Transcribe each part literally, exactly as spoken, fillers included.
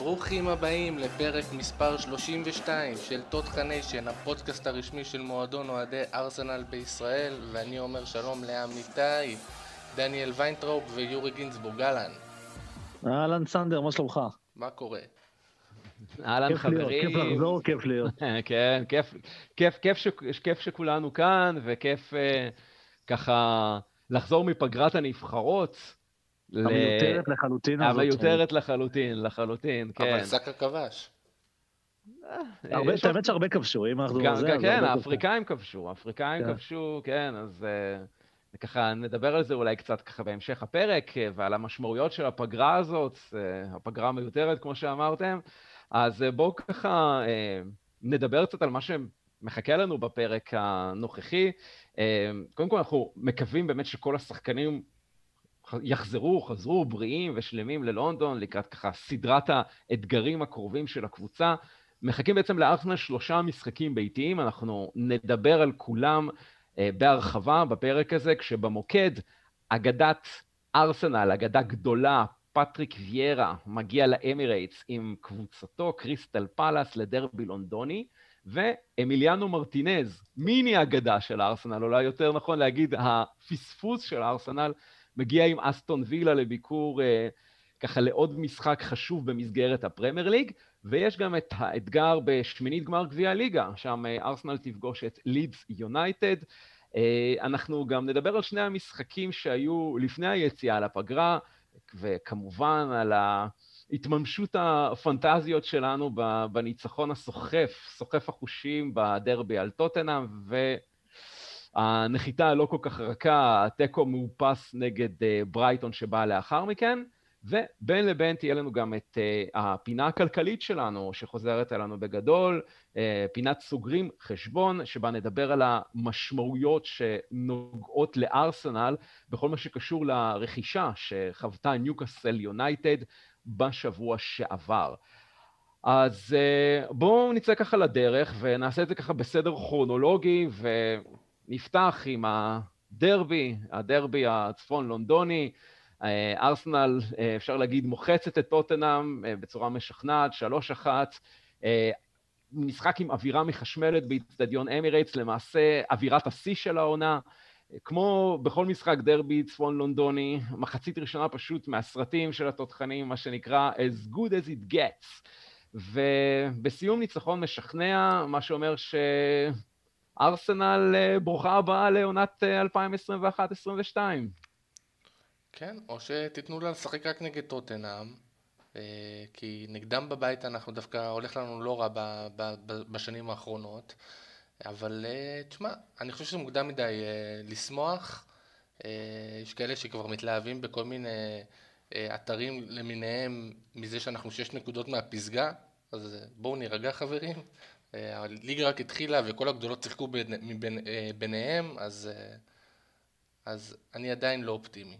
ברוכים הבאים לפרק מספר שלושים ושתיים של טוטחה ניישן, הפודקאסט הרשמי של מועדון אוהדי ארסנל בישראל, ואני אומר שלום לעמיתיי דניאל ויינטראופ ויורי גינצבורג. אהלן. אהלן סנדר, מה שלומך? מה קורה? אהלן חברים. כיף לחזור, כיף להיות. כן, כיף, כיף, כיף, ש, כיף שכולנו כאן, וכיף uh, ככה לחזור מפגרת הנבחרות. המיותרת לחלוטין הזאת. המיותרת לחלוטין, לחלוטין, כן. אבל סאקה כבש. האמת שהרבה כבשו, אם אנחנו... כן, האפריקאים כבשו, האפריקאים כבשו, כן, אז ככה נדבר על זה אולי קצת ככה בהמשך הפרק, ועל המשמעויות של הפגרה הזאת, הפגרה המיותרת כמו שאמרתם. אז בואו ככה נדבר קצת על מה שמחכה לנו בפרק הנוכחי. קודם כל אנחנו מקווים באמת שכל השחקנים יחזרו, חזרו בריאים ושלמים ללונדון, לקראת ככה סדרת האתגרים הקרובים של הקבוצה. מחכים בעצם לארסנל שלושה משחקים ביתיים, אנחנו נדבר על כולם בהרחבה בפרק הזה, כשבמוקד אגדת ארסנל, אגדה גדולה, פטריק ויירה, מגיע לאמירייטס עם קבוצתו, קריסטל פלאס לדרבי לונדוני, ואמיליאנו מרטינז, מיני אגדה של ארסנל, אולי יותר נכון להגיד הפספוס של ארסנל, מגיע עם אסטון וילה לביקור אה, ככה לעוד משחק חשוב במסגרת הפרמייר ליג, ויש גם את האתגר בשמינית גמר גביע הליגה, שם אה, ארסנל תפגוש את לידס יונייטד. אה, אנחנו גם נדבר על שני המשחקים שהיו לפני היציאה לפגרה, וכמובן על ההתממשות הפנטזיות שלנו בניצחון הסוחף, סוחף החושים בדרבי על טוטנהאם, ו... הנחיתה הלא כל כך רכה, הטקו מאופס נגד ברייטון שבאה לאחר מכן, ובין לבין תהיה לנו גם את הפינה הכלכלית שלנו, שחוזרת אלינו בגדול, פינת סוגרים חשבון, שבה נדבר על המשמעויות שנוגעות לארסנל, בכל מה שקשור לרכישה שחוותה ניוקאסל יונייטד בשבוע שעבר. אז בואו נצא ככה לדרך, ונעשה את זה ככה בסדר כרונולוגי, ו... נפתח עם הדרבי, הדרבי הצפון לונדוני. ארסנל, אפשר להגיד, מוחצת את טוטנהאם בצורה משכנעת, שלוש אחת, משחק עם אווירה מחשמלת באצטדיון אמירייטס, למעשה אווירת השיא של העונה, כמו בכל משחק דרבי צפון לונדוני, מחצית ראשונה פשוט מהסרטים של התותחנים, מה שנקרא as good as it gets, ובסיום ניצחון משכנע, מה שאומר ש... ארסנל ברוכה הבאה לעונת אלפיים עשרים ואחת עשרים ושתיים. כן, או שתיתנו לה לשחק רק נגד טוטנהאם, כי נגדם בבית אנחנו דווקא הולך לנו לא רע בשנים האחרונות, אבל תשמע, אני חושב שזה מוקדם מדי לשמוח. יש כאלה שכבר מתלהבים בכל מיני אתרים למיניהם מזה שאנחנו שש נקודות מהפסגה, אז בואו נירגע חברים. הליגה רק התחילה וכל הגדולות שיחקו ביניהם, אז, אז אני עדיין לא אופטימי.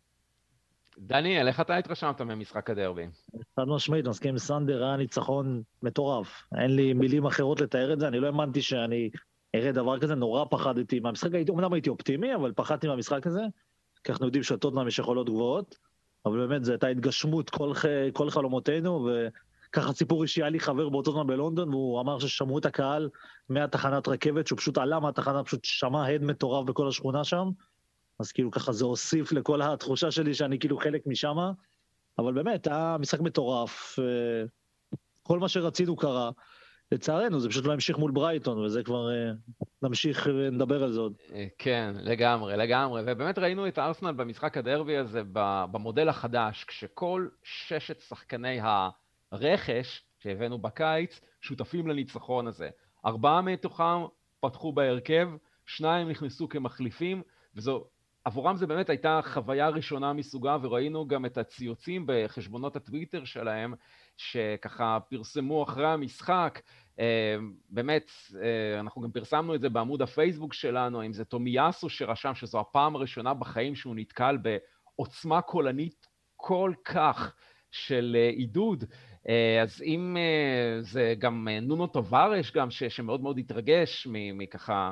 דניאל, איך אתה התרשמת ממשחק הדרבי? חד משמעית, מסכים עם סנדר, היה ניצחון מטורף. אין לי מילים אחרות לתאר את זה, אני לא האמנתי שאני אראה דבר כזה, נורא פחדתי מהמשחק, הייתי, אומנם הייתי אופטימי, אבל פחדתי מהמשחק הזה, כי אנחנו יודעים שטוטנהאם יש יכולות גבוהות, אבל באמת זו הייתה התגשמות כל, כל חלומותינו, ו... ככה סיפור אישי, היה לי חבר באותו זמן בלונדון, והוא אמר ששמעו את הקהל מהתחנת רכבת, שהוא פשוט עלה מהתחנה, פשוט שמע הד מטורף בכל השכונה שם, אז כאילו ככה זה הוסיף לכל התחושה שלי שאני כאילו חלק משם, אבל באמת, היה משחק מטורף, כל מה שרצינו קרה, לצערנו, זה פשוט לא המשיך מול ברייטון, וזה כבר נמשיך ונדבר על זה עוד. כן, לגמרי, לגמרי, ובאמת ראינו את ארסנל במשחק הדרבי הזה, במודל החדש, כשכל ששת שחקני ה... רכש שהבאנו בקיץ, שותפים לניצחון הזה. ארבעה מתוכם פתחו בהרכב, שניים נכנסו כמחליפים, וזו, עבורם זה באמת הייתה חוויה ראשונה מסוגה, וראינו גם את הציוצים בחשבונות הטוויטר שלהם, שככה פרסמו אחרי המשחק, באמת, אנחנו גם פרסמנו את זה בעמוד הפייסבוק שלנו, אם זה תומיאסו שרשם שזו הפעם הראשונה בחיים שהוא נתקל בעוצמה קולנית כל כך של עידוד, אז אם זה גם נונו טווארש גם ש, שמאוד מאוד התרגש מככה,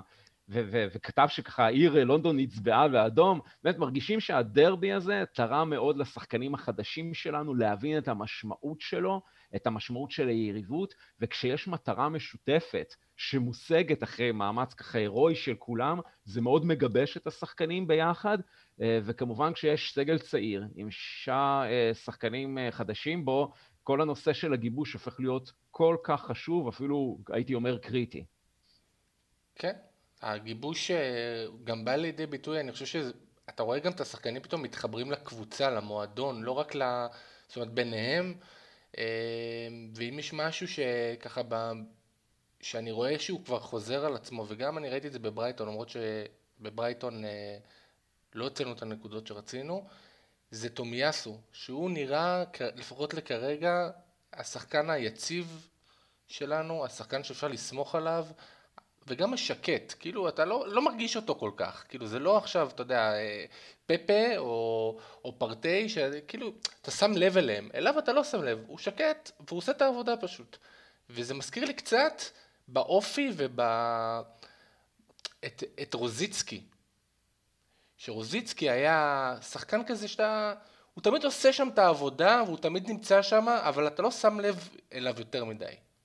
ו- ו- וכתב שככה העיר לונדון נצבעה באדום, באמת מרגישים שהדרבי הזה תרם מאוד לשחקנים החדשים שלנו להבין את המשמעות שלו, את המשמעות של היריבות, וכשיש מטרה משותפת שמושגת אחרי מאמץ ככה הירואי של כולם, זה מאוד מגבש את השחקנים ביחד, וכמובן כשיש סגל צעיר עם שישה שחקנים חדשים בו, כל הנושא של הגיבוש הופך להיות כל כך חשוב, אפילו הייתי אומר קריטי. כן, הגיבוש גם בא לידי ביטוי, אני חושב שאתה רואה גם את השחקנים פתאום מתחברים לקבוצה, למועדון, לא רק ל... זאת אומרת ביניהם, ואם יש משהו שככה ב... שאני רואה שהוא כבר חוזר על עצמו, וגם אני ראיתי את זה בברייטון, למרות שבברייטון לא הוצאנו את הנקודות שרצינו, זה תומיאסו, שהוא נראה, לפחות לכרגע, השחקן היציב שלנו, השחקן שאפשר לסמוך עליו, וגם השקט, כאילו אתה לא, לא מרגיש אותו כל כך, כאילו זה לא עכשיו, אתה יודע, פפה או, או פרטי, שכאילו אתה שם לב אליהם, אליו אתה לא שם לב, הוא שקט והוא עושה את העבודה פשוט. וזה מזכיר לי קצת באופי וב... את, את רוzitzki. שרוzitzki היה שחקן כזה שאתה, הוא תמיד עושה שם את העבודה והוא תמיד נמצא שם, אבל אתה לא שם לב אליו יותר מדי.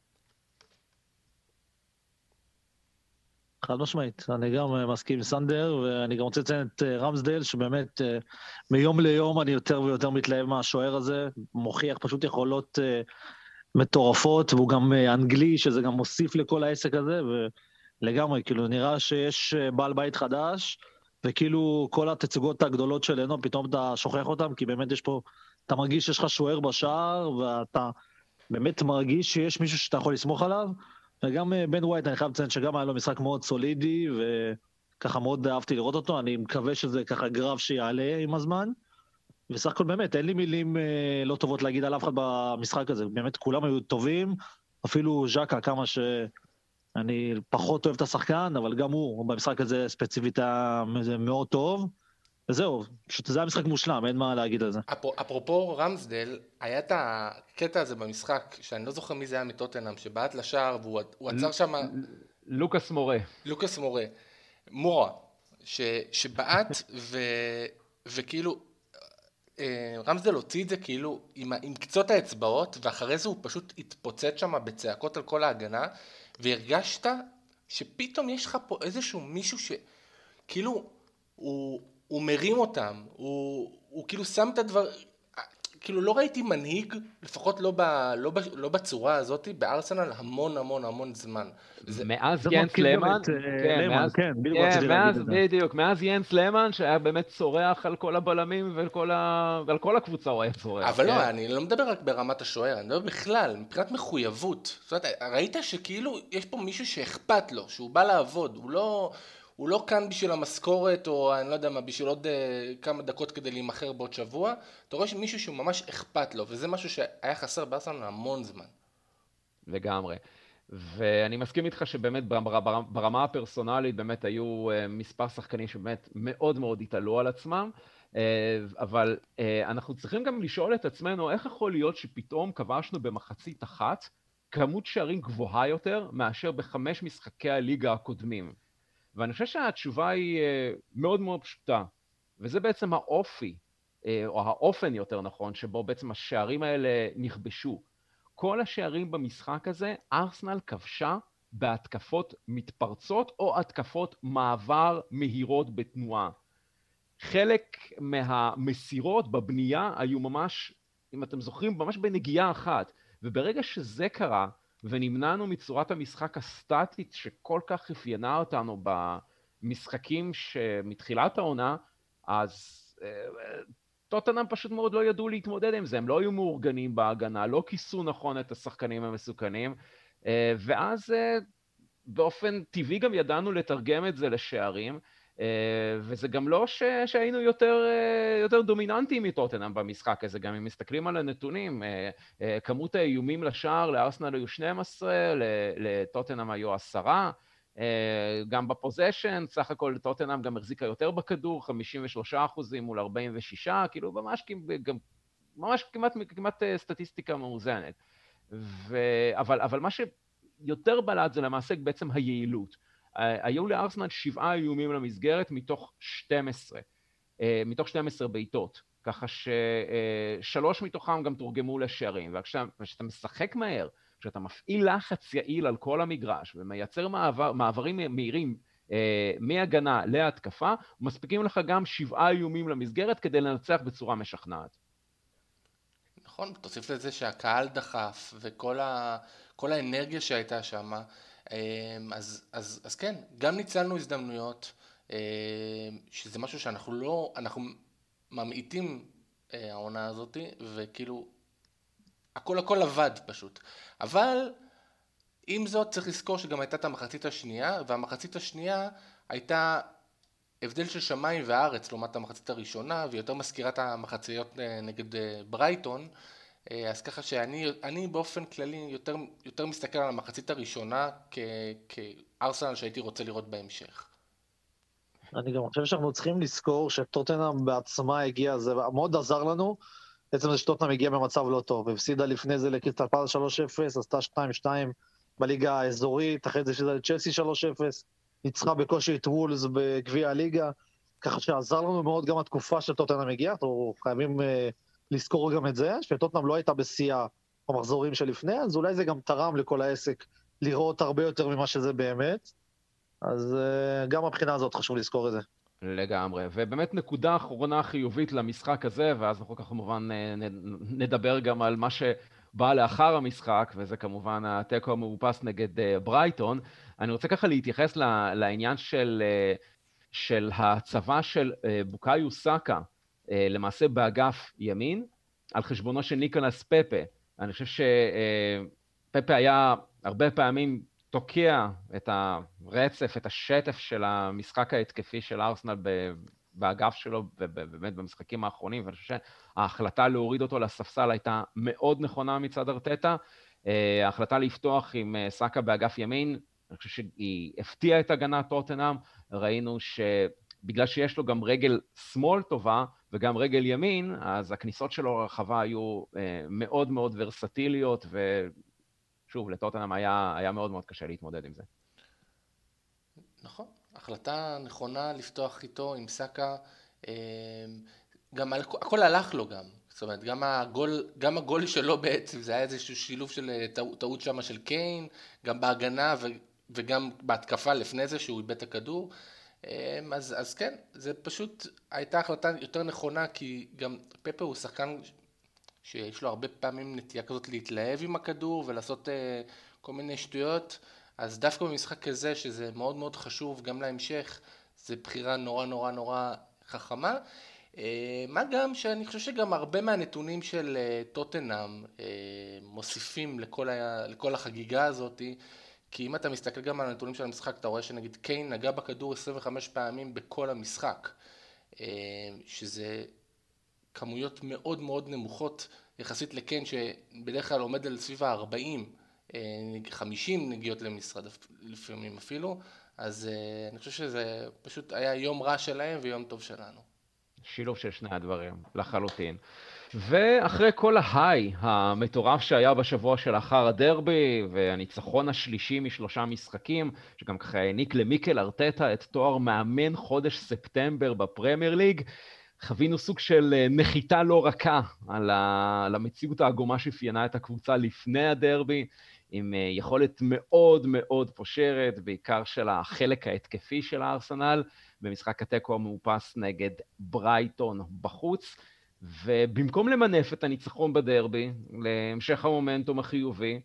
חד משמעית, אני גם מסכים עם סנדר, ואני גם רוצה לציין את רמסדייל, שבאמת מיום ליום אני יותר ויותר מתלהב מהשוער הזה, מוכיח פשוט יכולות מטורפות, והוא גם אנגלי, שזה גם מוסיף לכל העסק הזה, ולגמרי, כאילו נראה שיש בעל בית חדש, וכאילו כל התצוגות הגדולות שלנו, פתאום אתה שוכח אותם, כי באמת יש פה, אתה מרגיש שיש לך שוער בשער, ואתה באמת מרגיש שיש מישהו שאתה יכול לסמוך עליו, וגם בן ווייט, אני חייב לציין שגם היה לו משחק מאוד סולידי, וככה מאוד אהבתי לראות אותו, אני מקווה שזה ככה גרף שיעלה עם הזמן, וסך הכל באמת, אין לי מילים לא טובות להגיד על אף אחד במשחק הזה, באמת כולם היו טובים, אפילו ז'קה, כמה שאני פחות אוהב את השחקן, אבל גם הוא, במשחק הזה ספציפית היה מאוד טוב, וזהו, פשוט זה היה משחק מושלם, אין מה להגיד על זה. אפרופו רמסדל, היה את הקטע הזה במשחק, שאני לא זוכר מי זה היה מטוטנהאם, שבעט לשער והוא עצר שם... לוקאס מורה. לוקאס מורה. מורה, שבעט וכאילו, רמסדל הוציא את זה כאילו עם קצות האצבעות, ואחרי זה הוא פשוט התפוצץ שם בצעקות על כל ההגנה, והרגשת שפתאום יש לך פה איזשהו מישהו שכאילו הוא... הוא מרים אותם, הוא, הוא כאילו שם את הדבר, כאילו לא ראיתי מנהיג, לפחות לא, ב, לא, ב, לא בצורה הזאת, בארסנל המון המון המון זמן. זה, מאז ינס למן, כן, מאז, כן, כן, מאז, בדיוק, מאז ינס למן, שהיה באמת צורח על כל הבלמים ועל כל, ה, ועל כל הקבוצה הוא היה צורח. אבל כן. לא, אני לא מדבר רק ברמת השוער, אני מדבר בכלל, מבחינת מחויבות. זאת אומרת, ראית שכאילו יש פה מישהו שאכפת לו, שהוא בא לעבוד, הוא לא... הוא לא כאן בשביל המשכורת, או אני לא יודע מה, בשביל עוד uh, כמה דקות כדי להימחר בעוד שבוע. אתה רואה שמישהו שהוא ממש אכפת לו, וזה משהו שהיה חסר בארסנל המון זמן. לגמרי. ואני מסכים איתך שבאמת ברמה הפרסונלית באמת היו uh, מספר שחקנים שבאמת מאוד מאוד התעלו על עצמם, uh, אבל uh, אנחנו צריכים גם לשאול את עצמנו איך יכול להיות שפתאום כבשנו במחצית אחת כמות שערים גבוהה יותר מאשר בחמש משחקי הליגה הקודמים. ואני חושב שהתשובה היא מאוד מאוד פשוטה, וזה בעצם האופי, או האופן יותר נכון, שבו בעצם השערים האלה נכבשו. כל השערים במשחק הזה, ארסנל כבשה בהתקפות מתפרצות, או התקפות מעבר מהירות בתנועה. חלק מהמסירות בבנייה היו ממש, אם אתם זוכרים, ממש בנגיעה אחת, וברגע שזה קרה, ונמנענו מצורת המשחק הסטטית שכל כך אפיינה אותנו במשחקים שמתחילת העונה, אז טוטנהאם פשוט מאוד לא ידעו להתמודד עם זה, הם לא היו מאורגנים בהגנה, לא כיסו נכון את השחקנים המסוכנים, ואז באופן טבעי גם ידענו לתרגם את זה לשערים, וזה גם לא ש... שהיינו יותר, יותר דומיננטיים מטוטנהאם במשחק הזה, גם אם מסתכלים על הנתונים, כמות האיומים לשער לארסנל היו שתים עשרה, לטוטנהאם היו עשרה, גם בפוזיישן, סך הכל טוטנהאם גם החזיקה יותר בכדור, חמישים ושלושה אחוזים מול ארבעים ושישה, כאילו ממש, גם, ממש כמעט, כמעט סטטיסטיקה מאוזנת. ו... אבל, אבל מה שיותר בלט זה למעשה בעצם היעילות. היו לארסנל שבעה איומים למסגרת מתוך שתים עשרה, מתוך שתים עשרה בעיטות, ככה ששלוש מתוכם גם תורגמו לשערים, וכשאתה משחק מהר, כשאתה מפעיל לחץ יעיל על כל המגרש ומייצר מעבר, מעברים מהירים מהגנה להתקפה, מספיקים לך גם שבעה איומים למסגרת כדי לנצח בצורה משכנעת. נכון, תוסיף לזה שהקהל דחף וכל ה, כל האנרגיה שהייתה שם, אז, אז, אז כן, גם ניצלנו הזדמנויות, שזה משהו שאנחנו לא, אנחנו ממעיטים העונה הזאת, וכאילו, הכל הכל עבד פשוט. אבל עם זאת צריך לזכור שגם הייתה את המחצית השנייה, והמחצית השנייה הייתה הבדל של שמיים וארץ לעומת המחצית הראשונה, ויותר מזכירה את המחציות נגד ברייטון, אז ככה שאני אני באופן כללי יותר, יותר מסתכל על המחצית הראשונה כ, כארסנל שהייתי רוצה לראות בהמשך. אני גם חושב שאנחנו צריכים לזכור שטוטנהאם בעצמה הגיעה, זה מאוד עזר לנו, בעצם זה שטוטנהאם הגיעה במצב לא טוב, והפסידה לפני זה לקריסטל פאלאס שלוש אפס, עשתה שתיים שתיים בליגה האזורית, אחרי זה הפסידה לצ'לסי שלוש אפס, ניצחה בקושי את וולס בגביע הליגה, ככה שעזר לנו מאוד גם התקופה של טוטנהאם הגיעה, אנחנו חייבים uh, לזכור גם את זה, שטוטנהאם לא הייתה בשיאה במחזורים שלפני, אז אולי זה גם תרם לכל העסק לראות הרבה יותר ממה שזה באמת, אז uh, גם הבחינה הזאת חשוב לזכור את זה. לגמרי, ובאמת נקודה אחרונה חיובית למשחק הזה, ואז אנחנו כמובן נדבר גם על מה שבא לאחר המשחק, וזה כמובן התיקו המאופס נגד ברייטון. אני רוצה ככה להתייחס לעניין של, של הצבא של בוקאיו סאקה, למעשה באגף ימין, על חשבונו של ניקולס פפה. אני חושב שפפה היה הרבה פעמים תוקע את הרצף, את השטף של המשחק ההתקפי של ארסנל באגף שלו, ובאמת במשחקים האחרונים, ואני חושב שההחלטה להוריד אותו לספסל הייתה מאוד נכונה מצד ארטטה. ההחלטה לפתוח עם סאקה באגף ימין, אני חושב שהיא הפתיעה את הגנת טוטנהאם, ראינו שבגלל שיש לו גם רגל שמאל טובה, וגם רגל ימין, אז הכניסות שלו לרחבה היו מאוד מאוד ורסטיליות, ו... שוב, לטוטנהאם היה, היה מאוד מאוד קשה להתמודד עם זה. נכון, החלטה נכונה לפתוח איתו עם סאקה, גם הכל הלך לו גם, זאת אומרת, גם הגול, גם הגול שלו בעצם, זה היה איזשהו שילוב של טעות, טעות שמה של קיין, גם בהגנה ו, וגם בהתקפה לפני זה שהוא איבד את הכדור, אז, אז כן, זה פשוט הייתה החלטה יותר נכונה, כי גם פפה הוא שחקן שיש לו הרבה פעמים נטייה כזאת להתלהב עם הכדור ולעשות uh, כל מיני שטויות, אז דווקא במשחק כזה, שזה מאוד מאוד חשוב גם להמשך, זה בחירה נורא נורא נורא חכמה. Uh, מה גם שאני חושב שגם הרבה מהנתונים של uh, טוטנהאם uh, מוסיפים לכל, ה, לכל החגיגה הזאת, כי אם אתה מסתכל גם על הנתונים של המשחק, אתה רואה שנגיד קיין נגע בכדור עשרים וחמש פעמים בכל המשחק, uh, שזה כמויות מאוד מאוד נמוכות יחסית לקיין שבדרך כלל עומד על סביב ה-ארבעים, חמישים נגיעות למשרד לפעמים אפילו, אז אני חושב שזה פשוט היה יום רע שלהם ויום טוב שלנו. שילוב של שני הדברים, לחלוטין. ואחרי כל ההיי המטורף שהיה בשבוע שלאחר הדרבי, והניצחון השלישי משלושה משחקים, שגם ככה העניק למיקל ארטטה את תואר מאמן חודש ספטמבר בפרמייר ליג, חווינו סוג של נחיתה לא רכה על, ה... על המציאות העגומה שפיינה את הקבוצה לפני הדרבי, עם יכולת מאוד מאוד פושרת, בעיקר של החלק ההתקפי של הארסנל, במשחק התיקו המאופס נגד ברייטון בחוץ, ובמקום למנף את הניצחון בדרבי, להמשך המומנטום החיובי,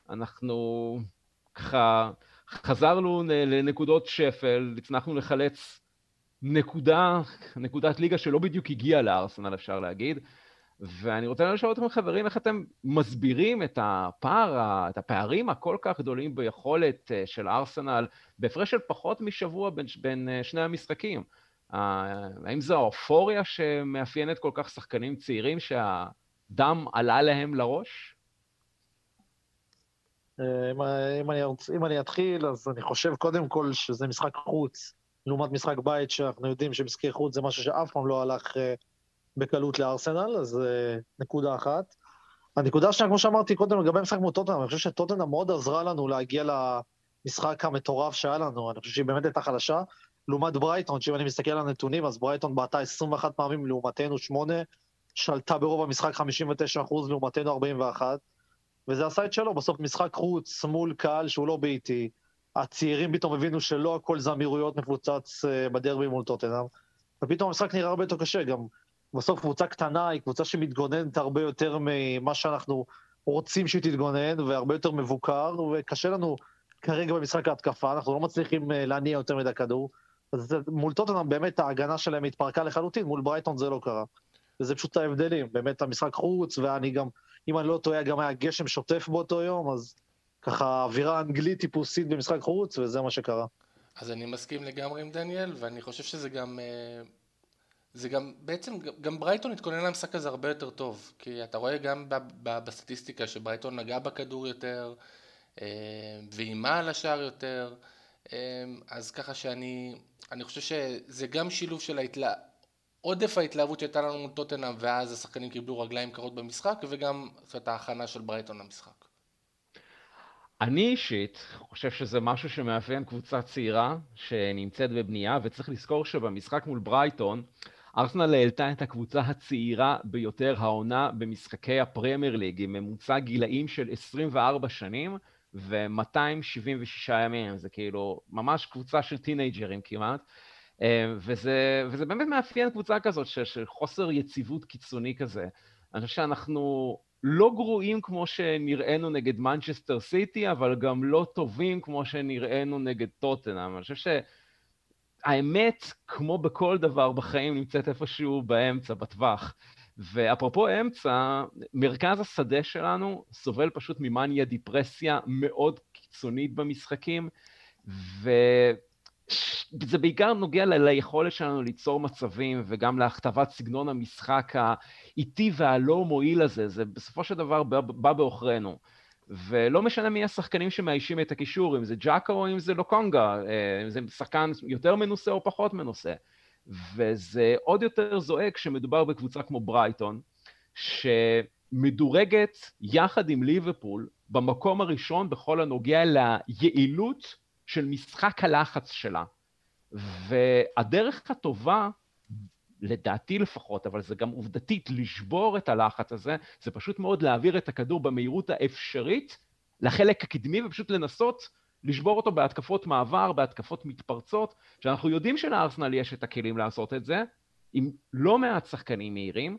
אנחנו ככה חזרנו לנקודות שפל, הצלחנו לחלץ נקודה, נקודת ליגה שלא בדיוק הגיעה לארסנל, אפשר להגיד, ואני רוצה לשאול אתכם חברים, איך אתם מסבירים את הפער, את הפערים הכל כך גדולים ביכולת של ארסנל, בהפרש של פחות משבוע בין, בין שני המשחקים? האם זו האופוריה שמאפיינת כל כך שחקנים צעירים שהדם עלה להם לראש? אם, אם, אני, אם אני אתחיל, אז אני חושב קודם כל שזה משחק חוץ, לעומת משחק בית שאנחנו יודעים שמשחקי חוץ זה משהו שאף פעם לא הלך בקלות לארסנל, אז נקודה אחת. הנקודה השנייה, כמו שאמרתי קודם, לגבי משחק מול טוטנהאם, אני חושב שטוטנהאם מאוד עזרה לנו להגיע המשחק המטורף שהיה לנו, אני חושב שהיא באמת הייתה חלשה, לעומת ברייטון, שאם אני מסתכל על הנתונים, אז ברייטון בעטה עשרים ואחת פעמים לעומתנו שמונה, שלטה ברוב המשחק חמישים ותשעה אחוז לעומתנו ארבעים ואחת, וזה עשה את שלו, בסוף משחק חוץ מול קהל שהוא לא ביתי, הצעירים פתאום הבינו שלא הכל זה אמירויות מפוצץ בדרבי מול טוטנהאם, ופתאום המשחק נראה הרבה יותר קשה, גם בסוף קבוצה קטנה היא קבוצה שמתגוננת הרבה יותר ממה שאנחנו רוצים שהיא תתגונן, והרבה יותר מבוקר, וקשה לנו כרגע במשחק ההתקפה, אנחנו לא מצליחים להניע יותר מדי כדור, אז מול טוטנהאם באמת ההגנה שלהם התפרקה לחלוטין, מול ברייטון זה לא קרה, וזה פשוט ההבדלים, באמת המשחק חוץ, ואני גם, אם אני לא טועה, גם היה גשם שוטף באותו יום, אז ככה אווירה אנגלית טיפוסית במשחק חוץ, וזה מה שקרה. אז אני מסכים לגמרי עם דניאל, ואני חושב שזה גם, זה גם, בעצם גם ברייטון התכונן למשחק הזה הרבה יותר טוב, כי אתה רואה גם בסטטיסטיקה שברייטון נגע בכדור יותר, ואימה על השער יותר, אז ככה שאני, אני חושב שזה גם שילוב של ההתלה... עודף ההתלהבות שהייתה לנו מול טוטנהאם, ואז השחקנים קיבלו רגליים קרות במשחק, וגם זאת ההכנה של ברייטון למשחק. אני אישית חושב שזה משהו שמאפיין קבוצה צעירה שנמצאת בבנייה, וצריך לזכור שבמשחק מול ברייטון, ארסנל העלתה את הקבוצה הצעירה ביותר העונה במשחקי הפרמייר ליג, עם ממוצע גילאים של עשרים וארבע שנים ו-מאתיים שבעים ושישה ימים, זה כאילו ממש קבוצה של טינאג'רים כמעט, וזה, וזה באמת מאפיין קבוצה כזאת של, של חוסר יציבות קיצוני כזה. אני חושב שאנחנו לא גרועים כמו שנראינו נגד מנצ'סטר סיטי, אבל גם לא טובים כמו שנראינו נגד טוטנהאם. אני חושב שהאמת, כמו בכל דבר בחיים, נמצאת איפשהו באמצע, בטווח. ואפרופו אמצע, מרכז השדה שלנו סובל פשוט ממניה דיפרסיה מאוד קיצונית במשחקים, וזה בעיקר נוגע ליכולת שלנו ליצור מצבים, וגם להכתבת סגנון המשחק האיטי והלא מועיל הזה, זה בסופו של דבר בא, בא באוכרנו. ולא משנה מי השחקנים שמאיישים את הקישור, אם זה ג'אקה או אם זה לוקונגה, אם זה שחקן יותר מנוסה או פחות מנוסה. וזה עוד יותר זועק שמדובר בקבוצה כמו ברייטון, שמדורגת יחד עם ליברפול במקום הראשון בכל הנוגע ליעילות של משחק הלחץ שלה. והדרך הטובה, לדעתי לפחות, אבל זה גם עובדתית, לשבור את הלחץ הזה, זה פשוט מאוד להעביר את הכדור במהירות האפשרית לחלק הקדמי, ופשוט לנסות לשבור אותו בהתקפות מעבר, בהתקפות מתפרצות, שאנחנו יודעים שלארסנל יש את הכלים לעשות את זה, עם לא מעט שחקנים מהירים,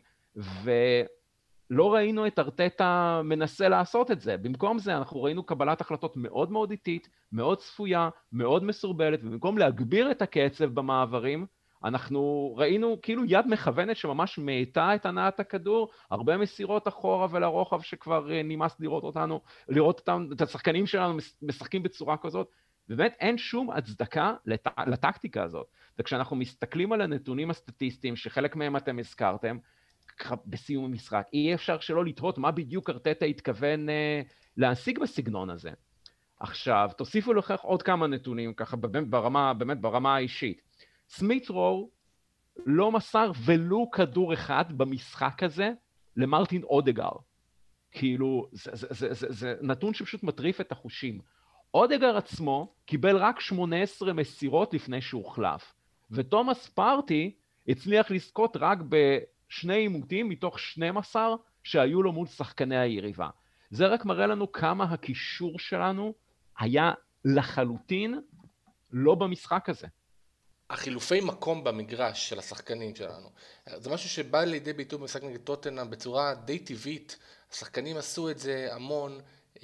ולא ראינו את ארטטה מנסה לעשות את זה. במקום זה אנחנו ראינו קבלת החלטות מאוד מאוד איטית, מאוד צפויה, מאוד מסורבלת, ובמקום להגביר את הקצב במעברים, אנחנו ראינו כאילו יד מכוונת שממש מאטה את הנעת הכדור, הרבה מסירות אחורה ולרוחב שכבר נמאס לראות אותנו, לראות אותם, את השחקנים שלנו משחקים בצורה כזאת, באמת אין שום הצדקה לט... לטקטיקה הזאת. וכשאנחנו מסתכלים על הנתונים הסטטיסטיים, שחלק מהם אתם הזכרתם, בסיום המשחק, אי אפשר שלא לתהות מה בדיוק ארטטה התכוון אה, להשיג בסגנון הזה. עכשיו, תוסיפו לכך עוד כמה נתונים, ככה באמת ברמה, באמת ברמה האישית. סמית רו לא מסר ולו כדור אחד במשחק הזה למרטין אודגר. כאילו, זה, זה, זה, זה, זה נתון שפשוט מטריף את החושים. אודגר עצמו קיבל רק שמונה עשרה מסירות לפני שהוחלף, ותומאס פארטי הצליח לזכות רק בשני עימותים מתוך שנים עשר שהיו לו מול שחקני היריבה. זה רק מראה לנו כמה הקישור שלנו היה לחלוטין לא במשחק הזה. החילופי מקום במגרש של השחקנים שלנו, זה משהו שבא לידי ביטוי במשחק נגד טוטנהאם בצורה די טבעית. השחקנים עשו את זה המון,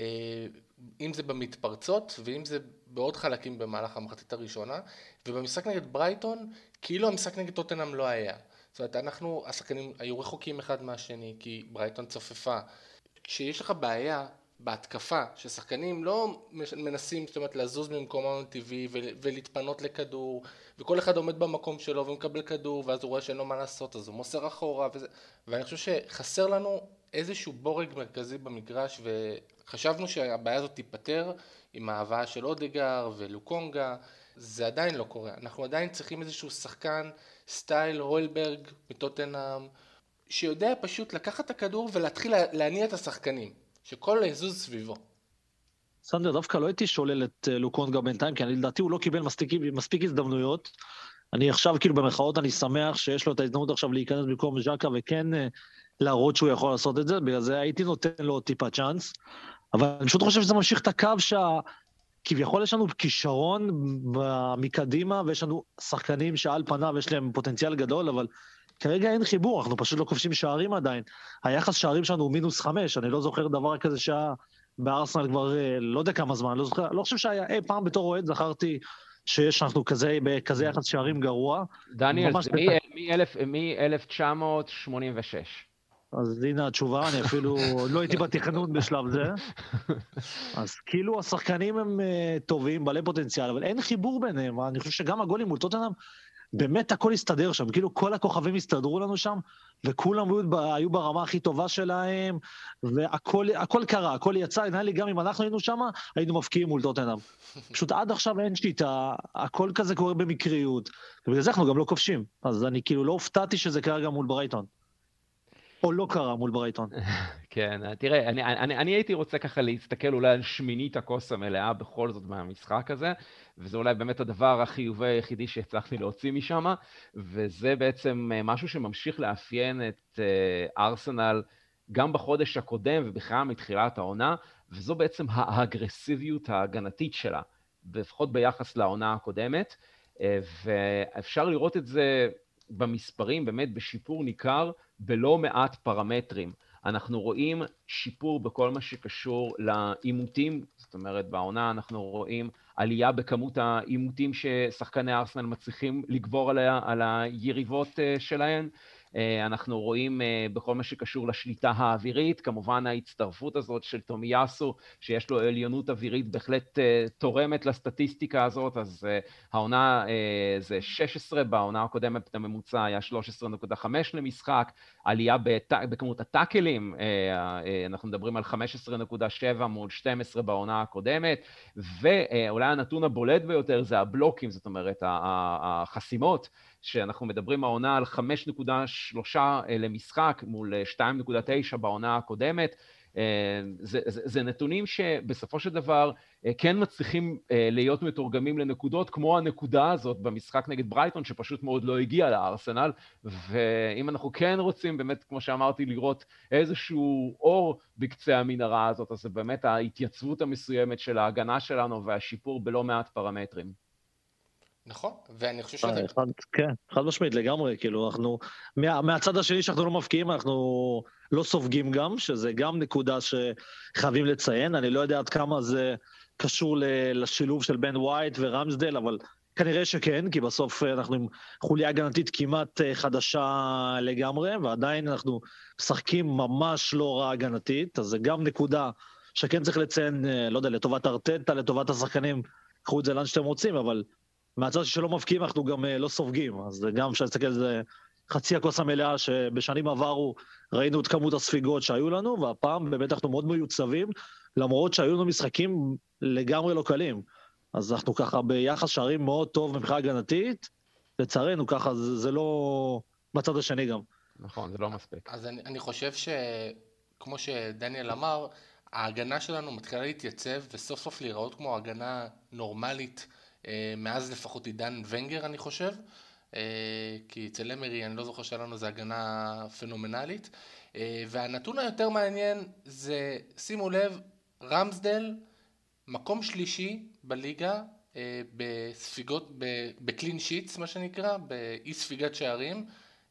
אם זה במתפרצות ואם זה בעוד חלקים במהלך המחצית הראשונה, ובמשחק נגד ברייטון כאילו המשחק נגד טוטנהאם לא היה. זאת אומרת, אנחנו, השחקנים היו רחוקים אחד מהשני כי ברייטון צופפה. כשיש לך בעיה בהתקפה, ששחקנים לא מנסים, זאת אומרת, לזוז ממקומם הטבעי ולהתפנות לכדור, וכל אחד עומד במקום שלו ומקבל כדור, ואז הוא רואה שאין לו מה לעשות, אז הוא מוסר אחורה, וזה... ואני חושב שחסר לנו איזשהו בורג מרכזי במגרש, וחשבנו שהבעיה הזאת תיפטר עם ההבאה של אודגר ולוקונגה. זה עדיין לא קורה, אנחנו עדיין צריכים איזשהו שחקן סטייל הוילברג מטוטנהאם, שיודע פשוט לקחת את הכדור ולהתחיל להניע את השחקנים, שכל יזוז סביבו. סנדר, דווקא לא הייתי שולל את לוקונגה בינתיים, כי אני לדעתי הוא לא קיבל מספיק, מספיק הזדמנויות. אני עכשיו, כאילו במחאות, אני שמח שיש לו את ההזדמנות עכשיו להיכנס במקום ז'קה, וכן להראות שהוא יכול לעשות את זה, בגלל זה הייתי נותן לו טיפה צ'אנס, אבל אני פשוט חושב שזה ממשיך את הקו שכביכול יש לנו כישרון מקדימה, ויש לנו שחקנים שעל פניו יש להם פוטנציאל גדול, אבל כרגע אין חיבור, אנחנו פשוט לא כובשים שערים עדיין. היחס שערים שלנו הוא מינוס חמש, אני לא זוכר דבר כזה שהיה בארסנל כבר לא יודע כמה זמן, לא זוכר, לא חושב שהיה אי פעם בתור אוהד, זכרתי שיש אנחנו כזה, בכזה יחס שערים גרוע. דניאל, זה מ-אלף תשע מאות שמונים ושש. אז הנה התשובה, אני אפילו לא הייתי בתכנון בשלב זה. אז כאילו השחקנים הם טובים, בעלי פוטנציאל, אבל אין חיבור ביניהם. אני חושב שגם הגולים מול טוטנהאם, באמת הכל הסתדר שם, כאילו כל הכוכבים הסתדרו לנו שם, וכולם היו ברמה הכי טובה שלהם, והכל הכל קרה, הכל יצא, נראה לי גם אם אנחנו היינו שם, היינו מפקיעים מול טוטנהאם. פשוט עד עכשיו אין שיטה, הכל כזה קורה במקריות, ובגלל זה אנחנו גם לא כובשים. אז אני כאילו לא הופתעתי שזה קרה גם מול ברייטון. או לא קרה מול ברייטון. כן, תראה, אני, אני, אני הייתי רוצה ככה להסתכל אולי על שמינית הכוס המלאה בכל זאת מהמשחק הזה, וזה אולי באמת הדבר החיובי היחידי שהצלחתי להוציא משם, וזה בעצם משהו שממשיך לאפיין את ארסנל גם בחודש הקודם ובכלל מתחילת העונה, וזו בעצם האגרסיביות ההגנתית שלה, לפחות ביחס לעונה הקודמת, ואפשר לראות את זה במספרים, באמת בשיפור ניכר בלא מעט פרמטרים. אנחנו רואים שיפור בכל מה שקשור לאימותים, זאת אומרת בעונה אנחנו רואים עלייה בכמות האימותים ששחקני ארסנל מצליחים לגבור עליה, על היריבות שלהן, אנחנו רואים בכל מה שקשור לשליטה האווירית, כמובן ההצטרפות הזאת של תומיאסו, שיש לו עליונות אווירית בהחלט תורמת לסטטיסטיקה הזאת, אז העונה זה שש עשרה, בעונה הקודמת הממוצע היה שלוש עשרה נקודה חמש למשחק, עלייה בכמות הטאקלים, אנחנו מדברים על חמש עשרה נקודה שבע מול שתים עשרה בעונה הקודמת, ואולי הנתון הבולט ביותר זה הבלוקים, זאת אומרת החסימות, שאנחנו מדברים העונה על חמש נקודה שלוש למשחק מול שתיים נקודה תשע בעונה הקודמת, זה, זה, זה נתונים שבסופו של דבר כן מצליחים להיות מתורגמים לנקודות, כמו הנקודה הזאת במשחק נגד ברייטון, שפשוט מאוד לא הגיע לארסנל, ואם אנחנו כן רוצים באמת, כמו שאמרתי, לראות איזשהו אור בקצה המנהרה הזאת, אז זה באמת ההתייצבות המסוימת של ההגנה שלנו והשיפור בלא מעט פרמטרים. נכון, ואני חושב שזה... אחד, כן, חד משמעית לגמרי, כאילו אנחנו, מה, מהצד השני שאנחנו לא מפקיעים, אנחנו לא סופגים גם, שזה גם נקודה שחייבים לציין, אני לא יודע עד כמה זה קשור לשילוב של בן ווייט ורמסדל, אבל כנראה שכן, כי בסוף אנחנו עם חוליה הגנתית כמעט חדשה לגמרי, ועדיין אנחנו משחקים ממש לא רע הגנתית, אז זה גם נקודה שכן צריך לציין, לא יודע, לטובת ארטטה, לטובת השחקנים, קחו את זה לאן שאתם רוצים, אבל מהצד שלא מבקיעים אנחנו גם לא סופגים, אז גם אפשר להסתכל על זה חצי הכוס המלאה, שבשנים עברו ראינו את כמות הספיגות שהיו לנו, והפעם באמת אנחנו מאוד מיוצבים, למרות שהיו לנו משחקים לגמרי לא קלים, אז אנחנו ככה ביחס שערים מאוד טוב מבחינה הגנתית, לצערנו ככה זה, זה לא בצד השני גם. נכון, זה לא מספיק. אז אני, אני חושב שכמו שדניאל אמר, ההגנה שלנו מתחילה להתייצב, וסוף סוף להיראות כמו הגנה נורמלית, מאז לפחות עידן ונגר אני חושב, כי אצל אמרי אני לא זוכר שלנו זה הגנה פנומנלית, והנתון היותר מעניין זה, שימו לב, רמסדל מקום שלישי בליגה בספיגות, בקלין שיטס מה שנקרא, באי ספיגת שערים,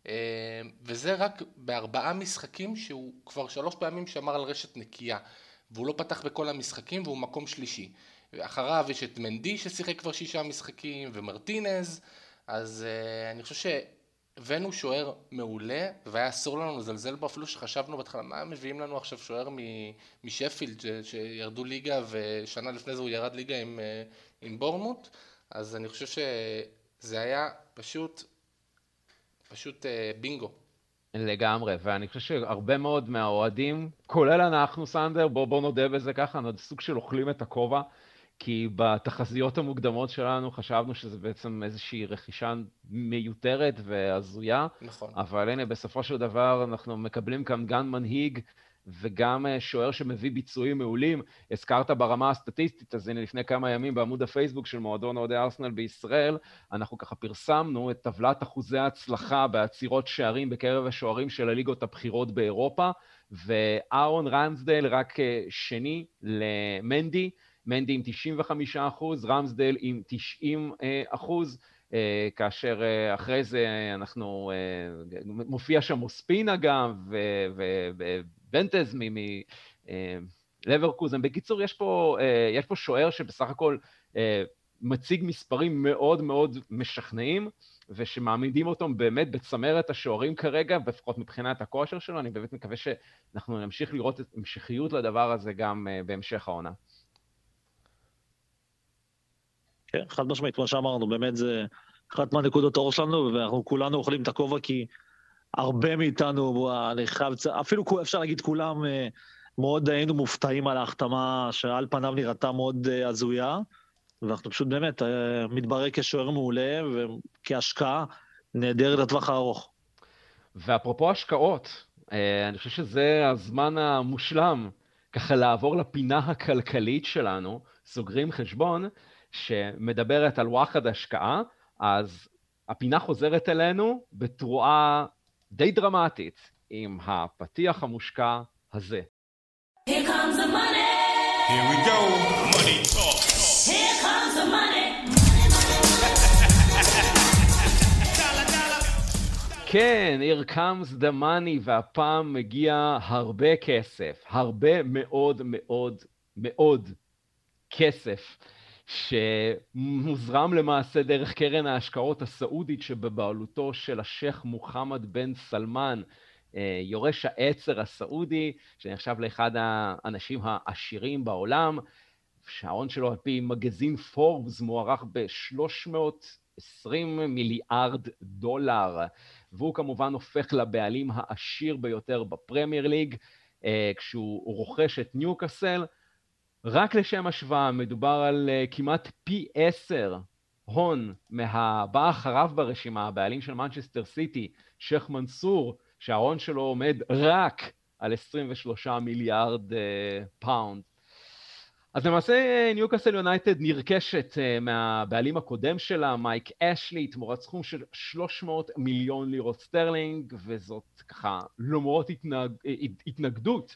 וזה רק בארבעה משחקים שהוא כבר שלוש פעמים שמר על רשת נקייה, והוא לא פתח בכל המשחקים והוא מקום שלישי. ואחריו יש את מנדי ששיחק כבר שישה משחקים ומרטינז, אז uh, אני חושב שהבאנו שוער מעולה, והיה אסור לנו לזלזל בו, אפילו שחשבנו בהתחלה, מה מביאים לנו עכשיו שוער משפילד שירדו ליגה, ושנה לפני זה הוא ירד ליגה עם, uh, עם בורנמוט, אז אני חושב שזה היה פשוט, פשוט uh, בינגו. לגמרי, ואני חושב שהרבה מאוד מהאוהדים, כולל אנחנו סנדר, בוא, בוא נודה בזה ככה, סוג של אוכלים את הכובע, כי בתחזיות המוקדמות שלנו חשבנו שזה בעצם איזושהי רכישה מיותרת והזויה, נכון. אבל הנה בסופו של דבר אנחנו מקבלים כאן גם מנהיג וגם שוער שמביא ביצועים מעולים. הזכרת ברמה הסטטיסטית, אז הנה לפני כמה ימים בעמוד הפייסבוק של מועדון אוהדי ארסנל בישראל, אנחנו ככה פרסמנו את טבלת אחוזי ההצלחה בעצירות שערים בקרב השוערים של הליגות הבכירות באירופה, ואהרון רמסדייל רק שני למנדי, מנדי עם תשעים וחמישה אחוז, רמסדייל עם תשעים אחוז, כאשר אחרי זה אנחנו, מופיע שם אוספינה גם, ובנטז מלברקוזן. בקיצור, יש פה, יש פה שוער שבסך הכל מציג מספרים מאוד מאוד משכנעים, ושמעמידים אותם באמת בצמרת השוערים כרגע, לפחות מבחינת הכושר שלו. אני באמת מקווה שאנחנו נמשיך לראות את המשכיות לדבר הזה גם בהמשך העונה. כן, חד משמעית, כמו שאמרנו, באמת זה אחת מהנקודות האור שלנו, ואנחנו כולנו אוכלים את הכובע, כי הרבה מאיתנו, אני חייב, אפילו אפשר להגיד כולם, מאוד היינו מופתעים על ההחתמה, שעל פניו נראתה מאוד הזויה, ואנחנו פשוט באמת מתברר כשוער מעולה, וכהשקעה נהדרת לטווח הארוך. ואפרופו השקעות, אני חושב שזה הזמן המושלם, ככה לעבור לפינה הכלכלית שלנו, סוגרים חשבון, שמדברת על וואחד השקעה, אז הפינה חוזרת אלינו בתרועה די דרמטית, עם הפתיח המושקע הזה. Here comes the money. Here we go. Money talk. Here comes the money. כן, here comes the money, והפעם מגיע הרבה כסף, הרבה מאוד מאוד מאוד כסף, שמוזרם למעשה דרך קרן ההשקעות הסעודית שבבעלותו של השייך מוחמד בן סלמן, יורש העצר הסעודי, שנחשב לאחד האנשים העשירים בעולם, שההון שלו על פי מגזין פורבס מוערך ב-שלוש מאות ועשרים מיליארד דולר, והוא כמובן הופך לבעלים העשיר ביותר בפרמייר ליג, כשהוא רוכש את ניוקאסל. רק לשם השוואה, מדובר על כמעט פי עשר הון מהבא אחריו ברשימה, הבעלים של מנצ'סטר סיטי, שייך מנסור, שההון שלו עומד רק על עשרים ושלושה מיליארד פאונד. אז למעשה ניוקאסל יונייטד נרכשת מהבעלים הקודם שלה, מייק אשלי, תמורת סכום של שלוש מאות מיליון לירות סטרלינג, וזאת ככה למרות התנג... התנגדות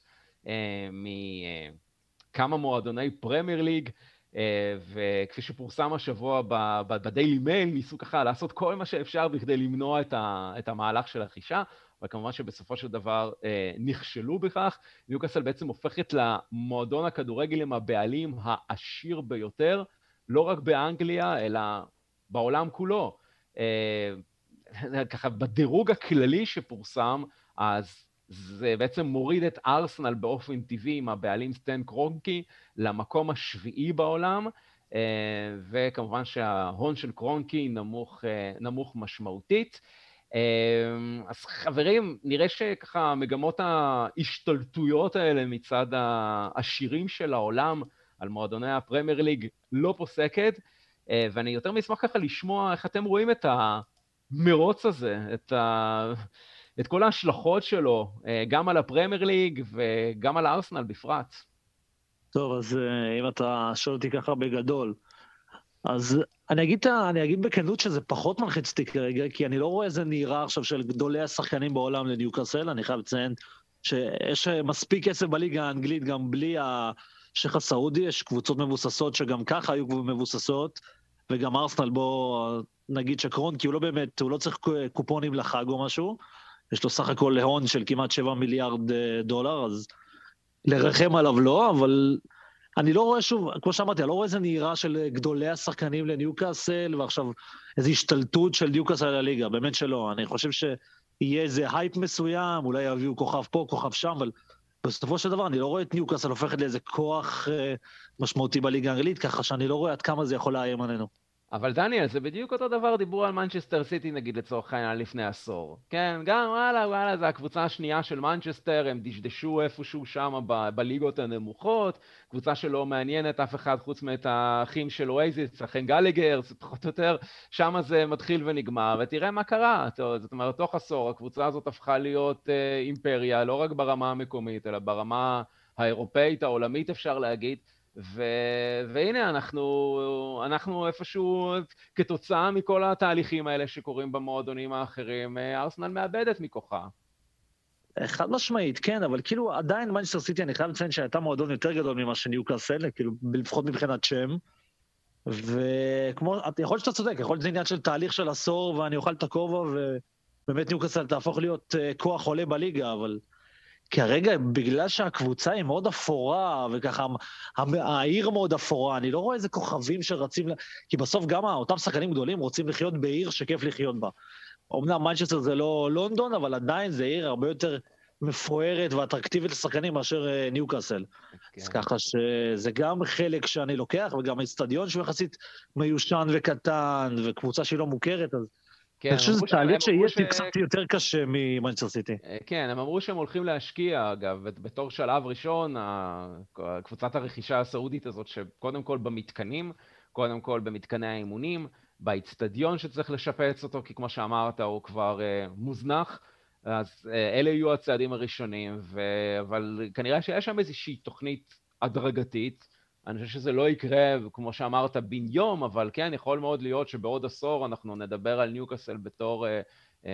מכמה מועדוני פרמייר ליג, וכפי שפורסם השבוע בדיילי מייל, ניסו ככה לעשות כל מה שאפשר בכדי למנוע את המהלך של הרכישה, אבל כמובן שבסופו של דבר אה, נכשלו בכך. ניוקאסל בעצם הופכת למועדון הכדורגל עם הבעלים העשיר ביותר, לא רק באנגליה, אלא בעולם כולו. אה, ככה בדירוג הכללי שפורסם, אז זה בעצם מוריד את ארסנל באופן טבעי עם הבעלים סטן קרונקי למקום השביעי בעולם, אה, וכמובן שההון של קרונקי נמוך, אה, נמוך משמעותית. אז חברים, נראה שככה מגמות ההשתלטויות האלה מצד העשירים של העולם על מועדוני הפרמייר ליג לא פוסקת, ואני יותר משמח ככה לשמוע איך אתם רואים את המרוץ הזה, את, ה... את כל ההשלכות שלו, גם על הפרמייר ליג וגם על הארסנל בפרט. טוב, אז אם אתה שואל אותי ככה בגדול, אז אני אגיד, אני אגיד בכנות שזה פחות מלחיץ אותי כרגע, כי אני לא רואה איזה נהירה עכשיו של גדולי השחקנים בעולם לניוקאסל. אני חייב לציין שיש מספיק כסף בליגה האנגלית, גם בלי השייך הסעודי, יש קבוצות מבוססות שגם ככה היו מבוססות, וגם ארסנל בו נגיד שקרון, כי הוא לא באמת, הוא לא צריך קופונים לחג או משהו, יש לו סך הכל להון של כמעט שבעה מיליארד דולר, אז לרחם עליו לא, אבל אני לא רואה שוב, כמו שאמרתי, אני לא רואה איזה נהירה של גדולי השחקנים לניוקאסל, ועכשיו איזו השתלטות של ניוקאסל לליגה, באמת שלא. אני חושב שיהיה איזה הייפ מסוים, אולי יביאו כוכב פה, כוכב שם, אבל בסופו של דבר אני לא רואה את ניוקאסל הופכת לאיזה כוח אה, משמעותי בליגה האנגלית, ככה שאני לא רואה עד כמה זה יכול לאיים עלינו. אבל דניאל, זה בדיוק אותו דבר, דיברו על מנצ'סטר סיטי נגיד לצורך העניין לפני עשור. כן, גם וואלה וואלה, זה הקבוצה השנייה של מנצ'סטר, הם דשדשו איפשהו שם ב- בליגות הנמוכות, קבוצה שלא מעניינת אף אחד חוץ מאת האחים של אוייזיס, אחים גלגר, זה פחות או יותר, שם זה מתחיל ונגמר, ותראה מה קרה, זאת אומרת, תוך עשור הקבוצה הזאת הפכה להיות אה, אימפריה, לא רק ברמה המקומית, אלא ברמה האירופאית, העולמית אפשר להגיד, ו... והנה אנחנו, אנחנו איפשהו כתוצאה מכל התהליכים האלה שקורים במועדונים האחרים, ארסנל מאבדת מכוחה. חד משמעית, כן, אבל כאילו עדיין מנצ'סטר סיטי, אני חייב לציין שהייתה מועדון יותר גדול ממה שניוקאסל, כאילו לפחות מבחינת שם, וכמו, יכול להיות שאתה צודק, יכול להיות שזה עניין של תהליך של עשור, ואני אוכל את הכובע, ובאמת ניוקאסל תהפוך להיות כוח עולה בליגה, אבל כרגע, בגלל שהקבוצה היא מאוד אפורה, וככה, העיר מאוד אפורה, אני לא רואה איזה כוכבים שרצים, כי בסוף גם אותם שחקנים גדולים רוצים לחיות בעיר שכיף לחיות בה. אמנם מנצ'סטר זה לא לונדון, אבל עדיין זה עיר הרבה יותר מפוארת ואטרקטיבית לשחקנים מאשר ניוקאסל. Okay. אז ככה שזה גם חלק שאני לוקח, וגם האצטדיון שהוא יחסית מיושן וקטן, וקבוצה שהיא לא מוכרת, אז כן, אני חושב שזה תהליך שיהיה ש... קצת יותר קשה ממנצ'סטר סיטי. כן, הם אמרו שהם הולכים להשקיע, אגב, בתור שלב ראשון, קבוצת הרכישה הסעודית הזאת, שקודם כל במתקנים, קודם כל במתקני האימונים, באצטדיון שצריך לשפץ אותו, כי כמו שאמרת, הוא כבר uh, מוזנח, אז uh, אלה יהיו הצעדים הראשונים, ו... אבל כנראה שיש שם איזושהי תוכנית הדרגתית, אני חושב שזה לא יקרה, כמו שאמרת, בן יום, אבל כן, יכול מאוד להיות שבעוד עשור אנחנו נדבר על ניוקאסל בתור אה, אה,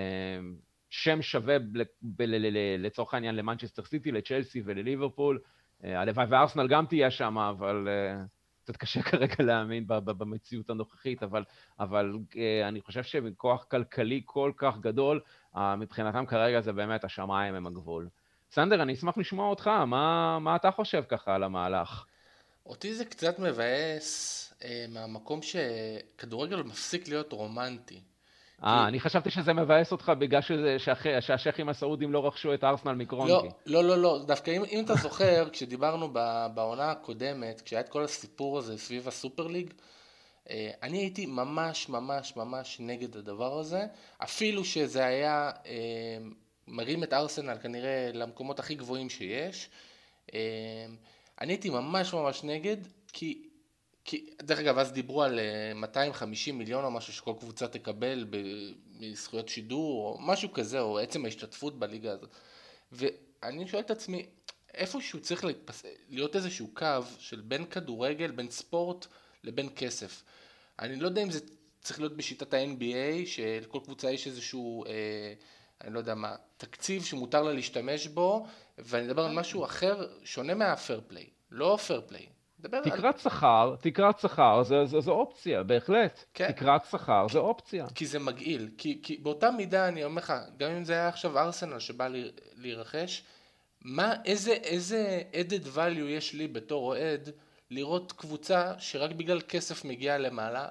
שם שווה ל, ב, ל, ל, ל, לצורך העניין למנצ'סטר סיטי, לצ'לסי ולליברפול. אה, הלוואי וארסנל גם תהיה שם, אבל אה, קצת קשה כרגע להאמין ב, ב, במציאות הנוכחית, אבל, אבל אה, אני חושב שבכוח כלכלי כל כך גדול, אה, מבחינתם כרגע זה באמת השמיים הם הגבול. סנדר, אני אשמח לשמוע אותך, מה, מה אתה חושב ככה על המהלך? אותי זה קצת מבאס אה, מהמקום שכדורגל מפסיק להיות רומנטי. אה, אני חשבתי שזה מבאס אותך בגלל שהשייחים הסעודים לא רכשו את ארסנל מקרונקי. לא, לא, לא, דווקא אם, אם אתה זוכר, כשדיברנו בעונה הקודמת, כשהיה את כל הסיפור הזה סביב הסופר ליג, אה, אני הייתי ממש ממש ממש נגד הדבר הזה, אפילו שזה היה אה, מרים את ארסנל כנראה למקומות הכי גבוהים שיש, אה, אני הייתי ממש ממש נגד, כי, כי דרך אגב, אז דיברו על מאתיים וחמישים מיליון או משהו שכל קבוצה תקבל בזכויות שידור, או משהו כזה, או עצם ההשתתפות בליגה הזאת. ואני שואל את עצמי, איפשהו צריך לפס... להיות איזשהו קו של בין כדורגל, בין ספורט לבין כסף. אני לא יודע אם זה צריך להיות בשיטת ה-אן בי איי, שלכל קבוצה יש איזשהו, אה, אני לא יודע מה, תקציב שמותר לה להשתמש בו, ואני מדבר על משהו אחר, שונה מהפייר פליי, לא פייר פליי. תקרת שכר, תקרת שכר, זו אופציה, בהחלט. תקרת שכר, זו אופציה. כי זה מגעיל, כי באותה מידה אני אומר לך, גם אם זה היה עכשיו ארסנל שבא להירכש, מה, איזה added value יש לי בתור אוהד, לראות קבוצה שרק בגלל כסף מגיעה למעלה,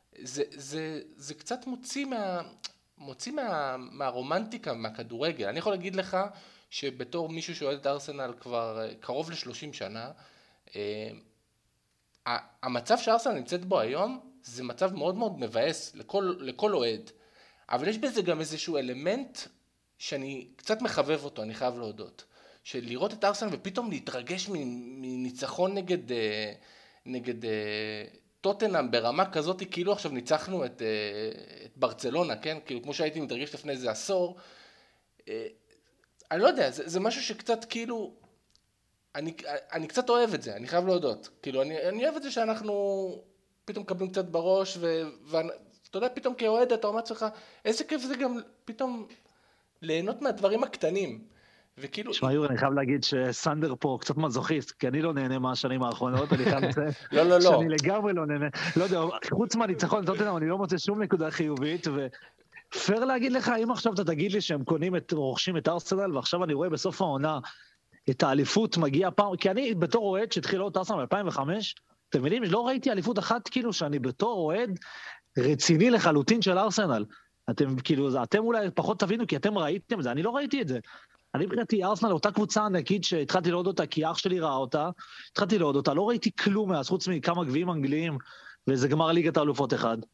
זה קצת מוציא מה... מוציא מה, מהרומנטיקה, מהכדורגל. אני יכול להגיד לך שבתור מישהו שאוהד את ארסנל כבר קרוב ל-שלושים שנה, המצב שארסנל נמצאת בו היום, זה מצב מאוד מאוד מבאס לכל, לכל אוהד. אבל יש בזה גם איזשהו אלמנט שאני קצת מחבב אותו, אני חייב להודות. של לראות את ארסנל ופתאום להתרגש מניצחון נגד, נגד טוטנהאם ברמה כזאת, כאילו עכשיו ניצחנו את, את ברצלונה, כן? כאילו כמו שהייתי מתרגש לפני איזה עשור. אני לא יודע, זה, זה משהו שקצת כאילו, אני, אני קצת אוהב את זה, אני חייב להודות. כאילו, אני, אני אוהב את זה שאנחנו פתאום מקבלים קצת בראש, ואתה יודע, פתאום כאוהד אתה אומר לך, איזה כיף זה גם פתאום ליהנות מהדברים הקטנים. וכאילו... שמע יורי, אני חייב להגיד שסנדר פה קצת מזוכיסט, כי אני לא נהנה מהשנים האחרונות, אני חייב לציין לא, לא, לא. שאני לגמרי לא נהנה. לא יודע, חוץ מהניצחון, טוטנהאם, אני לא מוצא שום נקודה חיובית, ופייר להגיד לך, אם עכשיו אתה תגיד לי שהם קונים את, רוכשים את ארסנל, ועכשיו אני רואה בסוף העונה את האליפות מגיעה פעם, כי אני בתור אוהד שהתחיל לראות ארסנל ב-אלפיים וחמש, אתם מבינים, לא ראיתי אליפות אחת כאילו שאני בתור אוהד רציני לחלוטין של ארסנל. אתם כאילו, אתם אולי פחות תבינו, כי אתם ראיתם זה, אני לא ראיתי את זה. אני בראיתי ארסנל, אותה קבוצה ענקית שהתחלתי לראות אותה, כי אח שלי ראה אותה, התחלתי לראות אותה, לא ראיתי כלום מאז, חוץ מכמה גביעים אנגליים, וזה גמר ליגת האלופות אחד.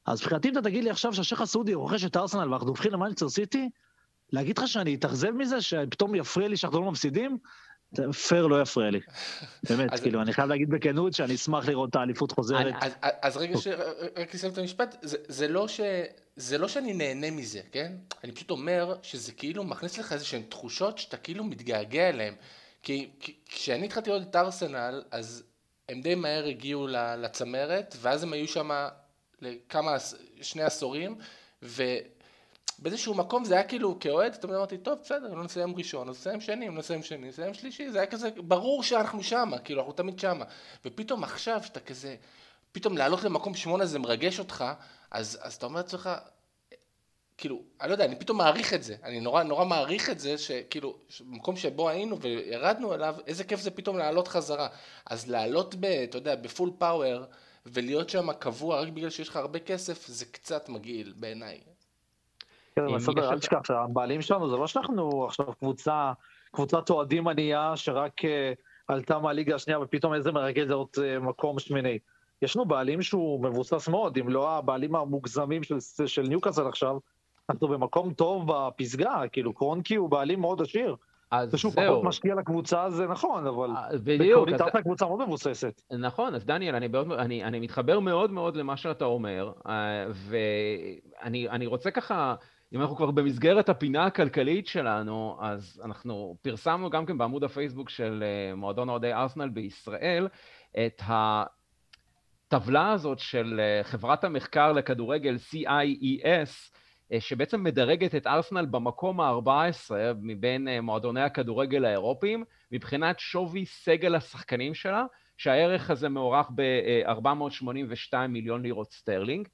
אז מבחינתי אם אתה תגיד לי עכשיו שהשייך הסעודי רוכש את ארסנל ואנחנו הופכים למנצ'סטר סיטי, להגיד לך שאני אתאכזב מזה, שפתאום יפריע לי שאנחנו לא מפסידים, פייר לא יפריע לי. באמת, כאילו, אני חייב להגיד בכנות שאני אשמח לראות את האליפות חוזרת. אז רגע, רק לסיים את המשפט, זה לא שאני נהנה מזה, כן? אני פשוט אומר שזה כאילו מכניס לך איזושהי תחושות שאתה כאילו מתגעגע אליהם. כי כשאני התחלתי לראות את ארסנל, אז הם די מהר הגיעו לצמרת, ואז הם היו שם לכמה, שני עשורים, ו... באיזשהו מקום זה היה כאילו כאוהד, אתה אמרתי, טוב, בסדר, לא נסיים ראשון, אז נסיים שני, לא נסיים שני, נסיים שלישי, זה היה כזה, ברור שאנחנו שמה, כאילו, אנחנו תמיד שמה. ופתאום עכשיו שאתה כזה, פתאום לעלות למקום שמונה זה מרגש אותך, אז, אז אתה אומר לעצמך, כאילו, אני לא יודע, אני פתאום מעריך את זה, אני נורא, נורא מעריך את זה, שכאילו, במקום שבו היינו וירדנו אליו, איזה כיף זה פתאום לעלות חזרה. אז לעלות ב, אתה יודע, בפול פאוור, ולהיות שם קבוע רק בגלל שיש לך הרבה כסף, זה קצת מגעיל בעיניי. כן, בסדר, אל תשכח שהבעלים שלנו, זה לא שאנחנו עכשיו קבוצה, קבוצת אוהדים ענייה, שרק עלתה מהליגה השנייה, ופתאום איזה מרגל זה עוד מקום שמיני. יש לנו בעלים שהוא מבוסס מאוד, אם לא הבעלים המוגזמים של, של ניוקאסל עכשיו, אנחנו במקום טוב בפסגה, כאילו קרונקי הוא בעלים מאוד עשיר. אז זהו. פחות משקיע לקבוצה, זה נכון, אבל בדיוק. בקרונית אתה קבוצה מאוד מבוססת. נכון, אז דניאל, אני, מאוד, אני, אני מתחבר מאוד מאוד למה שאתה אומר, ואני אני רוצה ככה, אם אנחנו כבר במסגרת הפינה הכלכלית שלנו, אז אנחנו פרסמנו גם כן בעמוד הפייסבוק של מועדון אוהדי ארסנל בישראל, את הטבלה הזאת של חברת המחקר לכדורגל סי איי אי אס, שבעצם מדרגת את ארסנל במקום ה-ארבע עשרה מבין מועדוני הכדורגל האירופיים, מבחינת שווי סגל השחקנים שלה, שהערך הזה מעורך ב-ארבע מאות שמונים ושתיים מיליון לירות סטרלינג,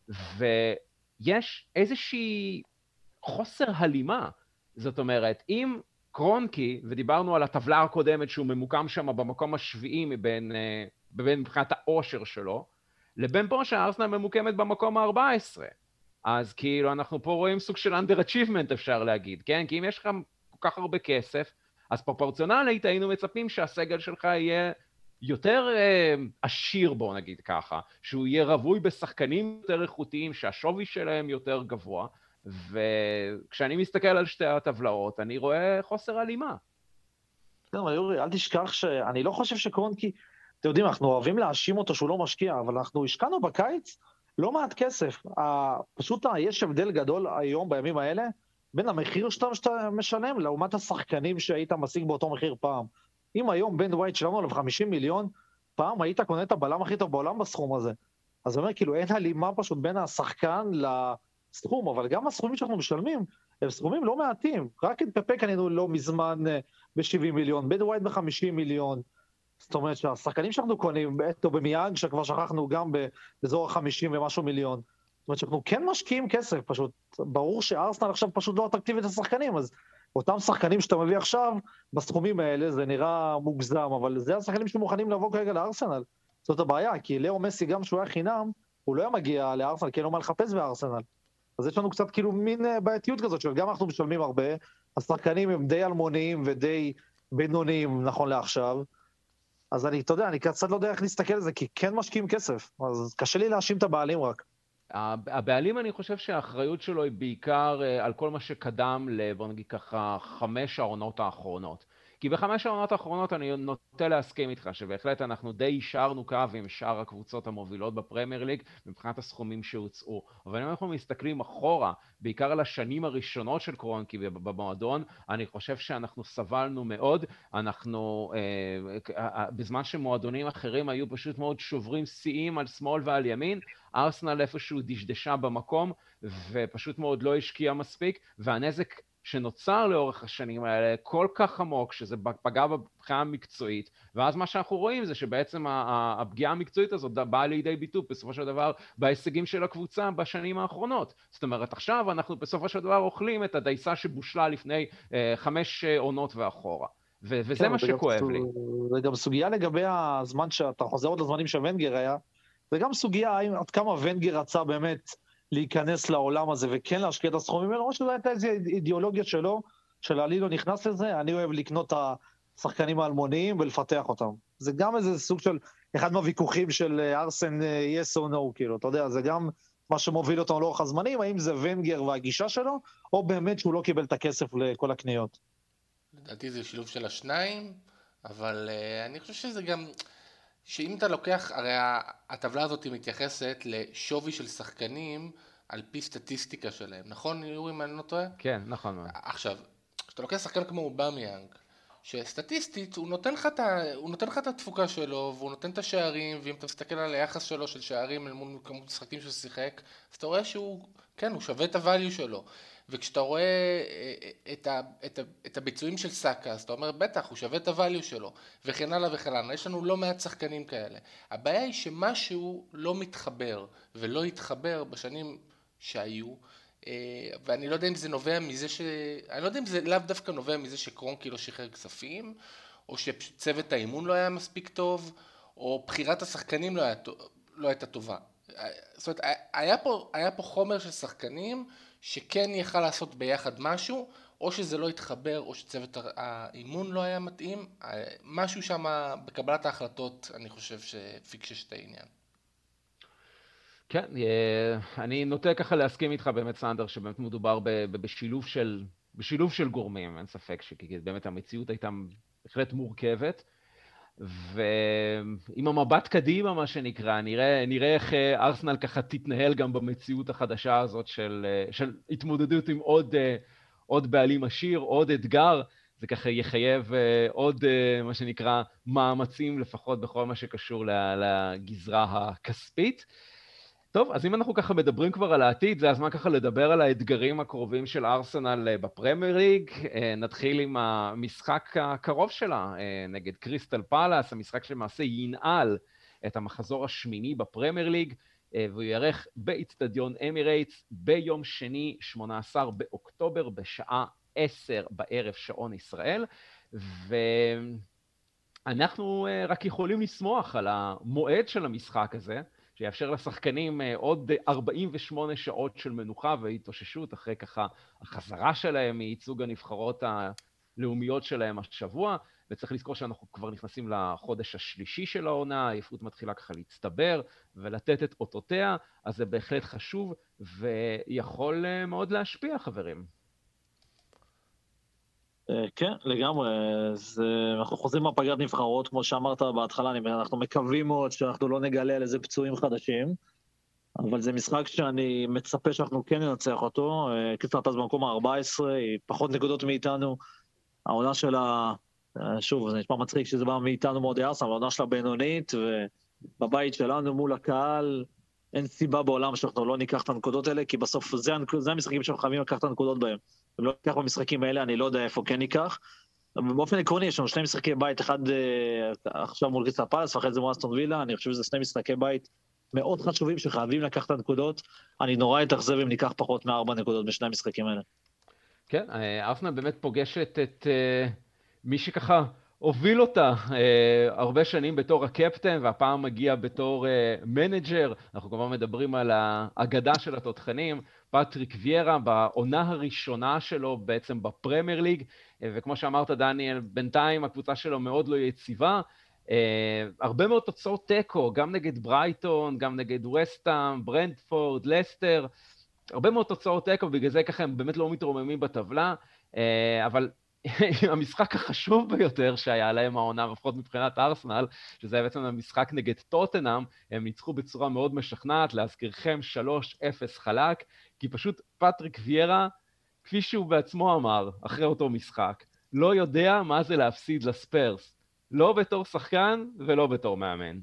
ויש איזושהי חוסר הלימה. זאת אומרת, אם קרונקי, ודיברנו על הטבלה הקודמת שהוא ממוקם שם במקום השביעי מבין, מבין מבחינת העושר שלו, לבין פה שהארסנל ממוקמת במקום ה-ארבע עשרה. אז כאילו אנחנו פה רואים סוג של under-achievement אפשר להגיד, כן? כי אם יש לך כל כך הרבה כסף, אז פרופורציונלית היינו מצפים שהסגל שלך יהיה יותר אה, עשיר, בוא נגיד ככה, שהוא יהיה רווי בשחקנים יותר איכותיים, שהשווי שלהם יותר גבוה, וכשאני מסתכל על שתי הטבלאות, אני רואה חוסר הלימה. כן, אבל יורי, אל תשכח שאני לא חושב שקרונקי, אתם יודעים, אנחנו אוהבים להאשים אותו שהוא לא משקיע, אבל אנחנו השקענו בקיץ, לא מעט כסף, פשוט יש הבדל גדול היום בימים האלה, בין המחיר שאתה, שאתה משלם, לעומת השחקנים שהיית משיג באותו מחיר פעם. אם היום בן ווייט שלנו עליו חמישים מיליון, פעם היית קונה את הבלם הכי טוב בעולם בסכום הזה. אז אני אומר, כאילו, אין הלימה פשוט בין השחקן לסכום, אבל גם הסכומים שאנחנו משלמים, הם סכומים לא מעטים. רק את פפה קנינו לא מזמן ב-שבעים מיליון, בן ווייט ב-חמישים מיליון, זאת אומרת שהשחקנים שאנחנו קונים, או במיאג, שכבר שכחנו גם באזור ה-חמישים ומשהו מיליון, זאת אומרת שאנחנו כן משקיעים כסף, פשוט ברור שארסנל עכשיו פשוט לא אטרקטיבית לשחקנים, אז אותם שחקנים שאתה מביא עכשיו, בסכומים האלה זה נראה מוגזם, אבל זה השחקנים שמוכנים לבוא כרגע לארסנל, זאת הבעיה, כי לאו מסי גם שהוא היה חינם, הוא לא היה מגיע לארסנל, כי אין לו מה לחפש בארסנל, אז יש לנו קצת כאילו מין בעייתיות כזאת, שגם אנחנו משלמים הרבה, השחקנים הם די אלמוניים ודי בינוניים נכון לעכשיו, אז אני, אתה יודע, אני קצת לא יודע איך להסתכל על זה, כי כן משקיעים כסף, אז קשה לי להאשים את הבעלים רק. הבעלים, אני חושב שהאחריות שלו היא בעיקר על כל מה שקדם, בוא נגיד ככה, חמש העונות האחרונות. כי בחמש העונות האחרונות אני נוטה להסכים איתך, שבהחלט אנחנו די השארנו קו עם שאר הקבוצות המובילות בפרמייר ליג, מבחינת הסכומים שהוצאו. אבל אם אנחנו מסתכלים אחורה, בעיקר על השנים הראשונות של קרונקי במועדון, אני חושב שאנחנו סבלנו מאוד, אנחנו, אה, בזמן שמועדונים אחרים היו פשוט מאוד שוברים שיאים על שמאל ועל ימין, ארסנל איפשהו דשדשה במקום, ופשוט מאוד לא השקיע מספיק, והנזק שנוצר לאורך השנים האלה כל כך עמוק, שזה פגע בבחינה המקצועית, ואז מה שאנחנו רואים זה שבעצם הפגיעה המקצועית הזאת באה לידי ביטוי בסופו של דבר בהישגים של הקבוצה בשנים האחרונות. זאת אומרת, עכשיו אנחנו בסופו של דבר אוכלים את הדייסה שבושלה לפני אה, חמש עונות ואחורה. ו- וזה כן, מה שכואב סוג... לי. זה גם סוגיה לגבי הזמן שאתה חוזר עוד לזמנים שוונגר היה, זה גם סוגיה עד כמה ונגר רצה באמת להיכנס לעולם הזה וכן להשקיע את הסכומים האלה, או שזו הייתה איזו אידיאולוגיה שלו, שאני לא נכנס לזה, אני אוהב לקנות את השחקנים האלמוניים ולפתח אותם. זה גם איזה סוג של, אחד מהוויכוחים של ארסן yes or no, כאילו, אתה יודע, זה גם מה שמוביל אותו לאורך הזמנים, האם זה ונגר והגישה שלו, או באמת שהוא לא קיבל את הכסף לכל הקניות. לדעתי זה שילוב של השניים, אבל uh, אני חושב שזה גם, שאם אתה לוקח, הרי הטבלה הזאת מתייחסת לשווי של שחקנים על פי סטטיסטיקה שלהם, נכון יורי, מה אני לא טועה? כן, נכון מאוד. עכשיו, כשאתה לוקח שחקן כמו אובמיאנג, שסטטיסטית הוא נותן לך את ה- הוא נותן לך את התפוקה שלו, והוא נותן את השערים, ואם אתה מסתכל על היחס שלו של שערים אל מול כמות משחקים שהוא שיחק, אז אתה רואה שהוא, כן, הוא שווה את הvalue שלו. וכשאתה רואה אה, את, ה, את, ה, את הביצועים של סאקה, אז אתה אומר, בטח, הוא שווה את הvalue שלו, וכן הלאה וכן הלאה. יש לנו לא מעט שחקנים כאלה. הבעיה היא שמשהו לא מתחבר, ולא יתחבר בשנים שהיו, ואני לא יודע אם זה נובע מזה ש... אני לא יודע אם זה לאו דווקא נובע מזה שקרונקי לא שחרר כספים, או שצוות האימון לא היה מספיק טוב, או בחירת השחקנים לא, היה... לא הייתה טובה. זאת אומרת, היה פה, היה פה חומר של שחקנים שכן יכל לעשות ביחד משהו, או שזה לא התחבר, או שצוות האימון לא היה מתאים. משהו שם בקבלת ההחלטות, אני חושב שפיקשש את העניין. כן, אני נוטה ככה להסכים איתך באמת, סנדר, שבאמת מדובר בשילוב של, בשילוב של גורמים, אין ספק שבאמת המציאות הייתה בהחלט מורכבת, ועם המבט קדימה, מה שנקרא, נראה, נראה איך ארסנל ככה תתנהל גם במציאות החדשה הזאת של, של התמודדות עם עוד, עוד בעלים עשיר, עוד אתגר, זה ככה יחייב עוד, מה שנקרא, מאמצים, לפחות בכל מה שקשור לגזרה הכספית. טוב, אז אם אנחנו ככה מדברים כבר על העתיד, זה הזמן ככה לדבר על האתגרים הקרובים של ארסנל בפרמייר ליג. נתחיל עם המשחק הקרוב שלה נגד קריסטל פאלאס, המשחק שלמעשה ינעל את המחזור השמיני בפרמייר ליג, והוא יארך באצטדיון אמירייטס ביום שני, שמונה עשר באוקטובר, בשעה עשר בערב שעון ישראל, ואנחנו רק יכולים לשמוח על המועד של המשחק הזה, שיאפשר לשחקנים עוד ארבעים ושמונה שעות של מנוחה והתאוששות אחרי ככה החזרה שלהם מייצוג הנבחרות הלאומיות שלהם השבוע, וצריך לזכור שאנחנו כבר נכנסים לחודש השלישי של העונה, העייפות מתחילה ככה להצטבר ולתת את אותותיה, אז זה בהחלט חשוב ויכול מאוד להשפיע, חברים. כן, לגמרי. אנחנו חוזרים מהפגרת נבחרות, כמו שאמרת בהתחלה, אנחנו מקווים מאוד שאנחנו לא נגלה על איזה פצועים חדשים, אבל זה משחק שאני מצפה שאנחנו כן ננצח אותו. קריסטל פאלאס במקום ה-ארבע עשרה, היא פחות נקודות מאיתנו, העונה שלה, שוב, זה נשמע מצחיק שזה בא מאיתנו מאוד ארסנל, אבל העונה שלה בינונית, ובבית שלנו מול הקהל, אין סיבה בעולם שאנחנו לא ניקח את הנקודות האלה, כי בסוף זה, זה המשחקים שאנחנו חייבים לקח את הנקודות בהם. אם לא ניקח במשחקים האלה, אני לא יודע איפה כן ניקח. באופן עקרוני, יש לנו שני משחקי בית, אחד עכשיו מול קריסטל פאלאס, ואחרי זה מול אסטון וילה, אני חושב שזה שני משחקי בית מאוד חשובים, שחייבים לקחת את הנקודות. אני נורא אתאכזב אם ניקח פחות מארבע נקודות בשני המשחקים האלה. כן, ארסנל באמת פוגשת את מי שככה הוביל אותה הרבה שנים בתור הקפטן, והפעם מגיע בתור מנג'ר. אנחנו כבר מדברים על האגדה של התותחנים, פטריק ויירה, בעונה הראשונה שלו בעצם בפרמייר ליג, וכמו שאמרת דניאל, בינתיים הקבוצה שלו מאוד לא יציבה, הרבה מאוד תוצאות טקו, גם נגד ברייטון, גם נגד וסטהאם, ברנטפורד, לסטר, הרבה מאוד תוצאות טקו, בגלל זה ככה הם באמת לא מתרוממים בטבלה, אבל המשחק החשוב ביותר שהיה להם העונה, לפחות מבחינת ארסנל, שזה היה בעצם המשחק נגד טוטנהאם, הם ניצחו בצורה מאוד משכנעת, להזכירכם שלוש אפס חלק, כי פשוט פטריק ויירה, כפי שהוא בעצמו אמר, אחרי אותו משחק, לא יודע מה זה להפסיד לספרס, לא בתור שחקן ולא בתור מאמן.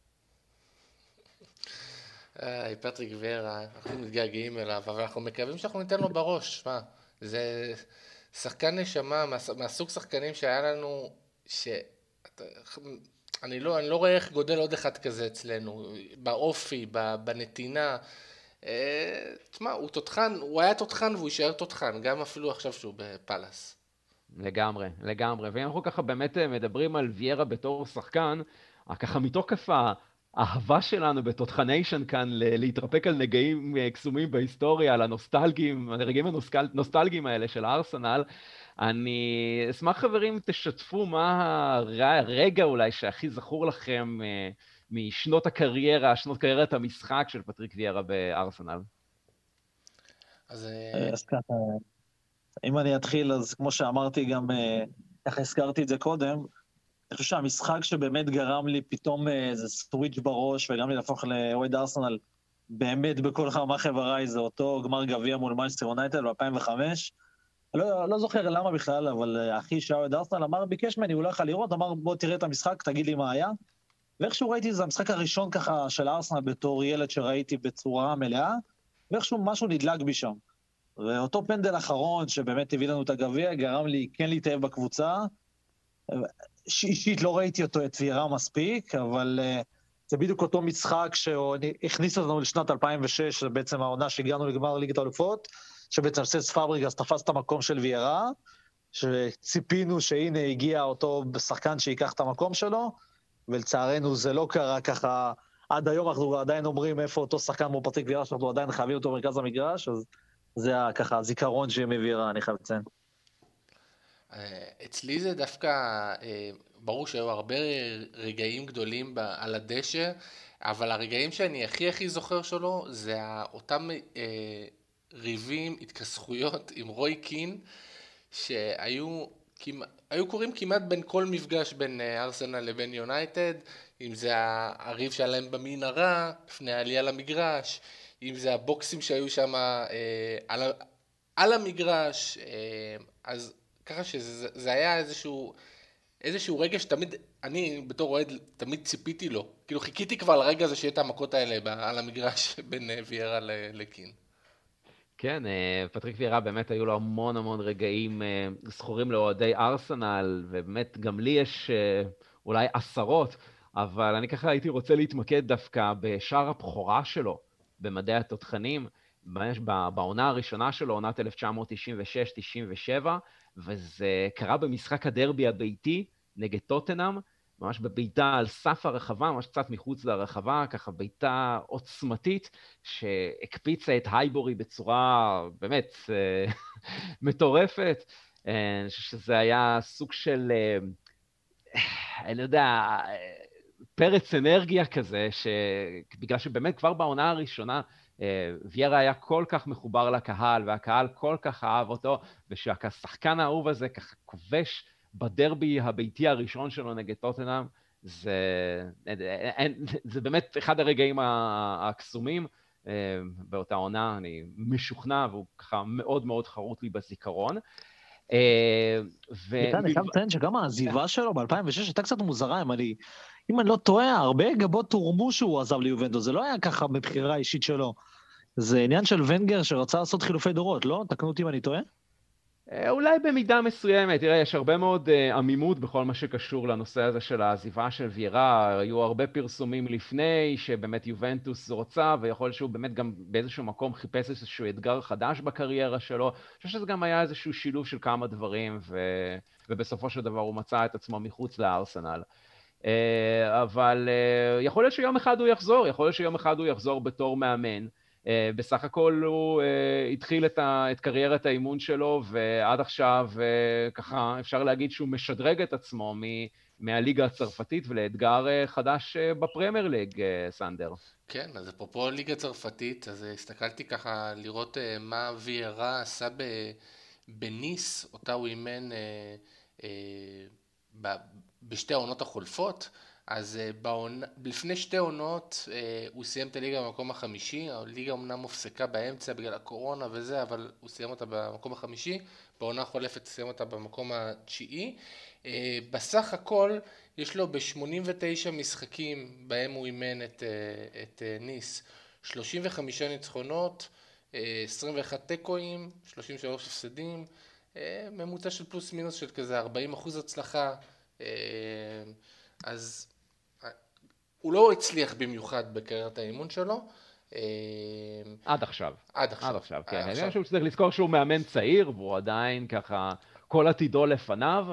איי, פטריק ויירה, אנחנו מתגעגעים אליו, אבל אנחנו מקווים שאנחנו ניתן לו בראש, מה? זה שחקן נשמה, מהסוג שחקנים שהיה לנו, ש... אני לא, אני לא רואה איך גודל עוד אחד כזה אצלנו, באופי, בנתינה. תשמע, הוא תותחן, הוא היה תותחן והוא יישאר תותחן, גם אפילו עכשיו שהוא בפאלאס. לגמרי, לגמרי. ואם אנחנו ככה באמת מדברים על ויירה בתור שחקן, ככה מתוקף האהבה שלנו בתותחניישן כאן להתרפק על נגעים קסומים בהיסטוריה, על הנוסטלגיים, הרגעים הנוסטלגיים האלה של הארסנל, אני אשמח חברים תשתפו מה הרגע אולי שהכי זכור לכם משנות הקריירה, שנות קריירת המשחק של פטריק ויארה בארסנל. אז... אז ככה, אם אני אתחיל, אז כמו שאמרתי גם, ככה הזכרתי את זה קודם, אני חושב שהמשחק שבאמת גרם לי פתאום איזה סוויץ' בראש, וגם לי להפוך לאוהד ארסנל, באמת בכל רמ"ח איבריי, זה אותו גמר גביע מול מנצ'סטר יונייטד ב-אלפיים וחמש. לא, לא זוכר למה בכלל, אבל אחי שאוהד ארסנל אמר, ביקש ממני, הוא לא יכול לראות, אמר בוא תראה את המשחק, תגיד לי מה היה. ואיכשהו ראיתי, זה המשחק הראשון ככה של ארסנל בתור ילד שראיתי בצורה מלאה, ואיכשהו משהו נדלק בי שם. ואותו פנדל אחרון שבאמת הביא לנו את הגביע, גרם לי כן להתאהב בקבוצה. אישית לא ראיתי אותו את ויארה מספיק, אבל uh, זה בדיוק אותו משחק שהכניס אותנו לשנת אלפיים ושש, זה בעצם העונה שהגענו לגמר ליגת האלופות, שבעצם סס פאבריגס תפס את המקום של ויארה, שציפינו שהנה הגיע אותו שחקן שיקח את המקום שלו, ולצערנו זה לא קרה ככה, עד היום אנחנו עדיין אומרים איפה אותו שחקן כמו פטריק ויארה, שאנחנו עדיין חייבים אותו במרכז המגרש, אז זה ככה הזיכרון שמוויארה, אני חייב לציין. אצלי זה דווקא, ברור שהיו הרבה רגעים גדולים על הדשא, אבל הרגעים שאני הכי הכי זוכר שלו, זה אותם ריבים, התכסחויות עם רוי קין, שהיו היו קוראים כמעט בין כל מפגש בין ארסנל לבין יונייטד, אם זה הריב שלהם במנהרה, לפני העלייה למגרש, אם זה הבוקסים שהיו שם על, על המגרש, אז ככה שזה היה איזשהו, איזשהו רגע שתמיד, אני בתור אוהד תמיד ציפיתי לו, כאילו חיכיתי כבר לרגע הזה שיהיה את המכות האלה על המגרש בין ויארה לקין. כן, פטריק ויארה באמת היו לו המון המון רגעים זכורים לאוהדי ארסנל, ובאמת גם לי יש אולי עשרות, אבל אני ככה הייתי רוצה להתמקד דווקא בשער הבכורה שלו במדעי התותחנים, בעונה הראשונה שלו, עונת אלף תשע מאות תשעים ושש תשעים ושבע, וזה קרה במשחק הדרבי הביתי נגד טוטנהאם, ממש בביתה על סף הרחבה, ממש קצת מחוץ לרחבה, ככה ביתה עוצמתית, שהקפיצה את הייבורי בצורה באמת מטורפת. אני חושב שזה היה סוג של, אני יודע, פרץ אנרגיה כזה, שבגלל שבאמת כבר בעונה הראשונה, ויארה היה כל כך מחובר לקהל, והקהל כל כך אהב אותו, ושהשחקן האהוב הזה ככה כובש בדרבי הביתי הראשון שלו נגד טוטנהאם, זה, זה באמת אחד הרגעים הקסומים באותה עונה, אני משוכנע, והוא ככה מאוד מאוד חרוט לי בזיכרון. אני חייב לציין שגם העזיבה שלו ב-אלפיים ושש הייתה קצת מוזרה, אם אני, אם אני לא טועה, הרבה גבות תורמו שהוא עזב ליובנטוס, זה לא היה ככה מבחירה אישית שלו, זה עניין של ונגר שרצה לעשות חילופי דורות, לא? תקנו אותי אם אני טועה? אולי במידה מסוימת, תראה, יש הרבה מאוד עמימות בכל מה שקשור לנושא הזה של העזיבה של ויארה, היו הרבה פרסומים לפני שבאמת יובנטוס רוצה, ויכול שהוא באמת גם באיזשהו מקום חיפש איזשהו אתגר חדש בקריירה שלו, אני חושב שזה גם היה איזשהו שילוב של כמה דברים, ו... ובסופו של דבר הוא מצא את עצמו מחוץ לארסנל. אבל יכול להיות שיום אחד הוא יחזור, יכול להיות שיום אחד הוא יחזור בתור מאמן, Uh, בסך הכל הוא uh, התחיל את, ה, את קריירת האימון שלו, ועד עכשיו uh, ככה אפשר להגיד שהוא משדרג את עצמו מ- מהליגה הצרפתית ולאתגר uh, חדש uh, בפרמייר ליג, uh, סנדר. כן, אז אפרופו ליגה צרפתית, אז הסתכלתי ככה לראות uh, מה ויארה עשה ב- בניס, אותה הוא אימן uh, uh, ב- בשתי העונות החולפות, אז בעונה, לפני שתי עונות הוא סיים את הליגה במקום החמישי, הליגה אמנם מופסקה באמצע בגלל הקורונה וזה, אבל הוא סיים אותה במקום החמישי, בעונה החולפת סיים אותה במקום התשיעי. בסך הכל יש לו ב-שמונים ותשע משחקים בהם הוא אימן את, את ניס, שלושים וחמישה ניצחונות, עשרים ואחד תיקואים, שלושים ושלושה הפסדים, ממוצע של פלוס מינוס של כזה ארבעים אחוז הצלחה, אז הוא לא הצליח במיוחד בקריירת האימון שלו. עד עכשיו. עד עכשיו. עד עכשיו, כן. אני חושב שצריך לזכור שהוא מאמן צעיר, והוא עדיין ככה כל עתידו לפניו,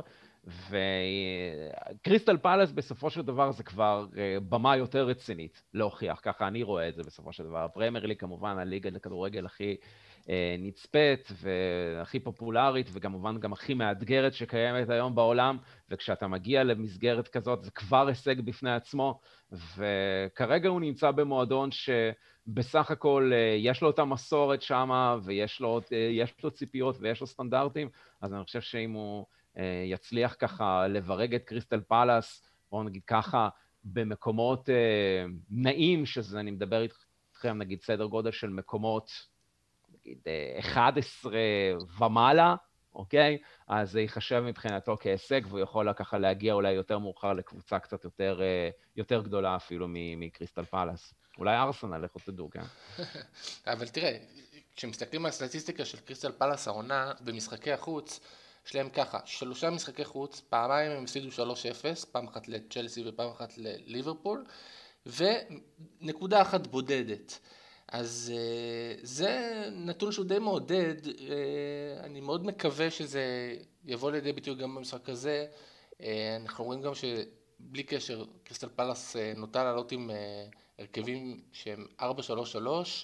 וקריסטל פלאס בסופו של דבר זה כבר במה יותר רצינית להוכיח, ככה אני רואה את זה בסופו של דבר. הפרמייר ליג כמובן הליגה לכדורגל הכי נצפית והכי פופולרית וכמובן גם הכי מאתגרת שקיימת היום בעולם, וכשאתה מגיע למסגרת כזאת זה כבר הישג בפני עצמו, וכרגע הוא נמצא במועדון שבסך הכל יש לו את המסורת שמה ויש לו, יש לו ציפיות ויש לו סטנדרטים, אז אני חושב שאם הוא יצליח ככה לברג את קריסטל פלאס, בואו נגיד ככה, במקומות נעים, שזה אני מדבר איתכם נגיד סדר גודל של מקומות נגיד אחת עשרה ומעלה, אוקיי? אז זה ייחשב מבחינתו כהישג, והוא יכול ככה להגיע אולי יותר מאוחר לקבוצה קצת יותר, יותר גדולה אפילו מקריסטל פלאס. אולי ארסנל, איך תדעו, כן? אבל תראה, כשמסתכלים על הסטטיסטיקה של קריסטל פלאס העונה במשחקי החוץ, יש להם ככה, שלושה משחקי חוץ, פעמיים הם הפסידו שלוש אפס, פעם אחת לצ'לסי ופעם אחת לליברפול, ונקודה אחת בודדת. אז זה נתון שהוא די מעודד, אני מאוד מקווה שזה יבוא לידי ביטוי גם במשחק הזה. אנחנו רואים גם שבלי קשר קריסטל פלאס נוטה לעלות עם הרכבים שהם ארבע שלוש שלוש,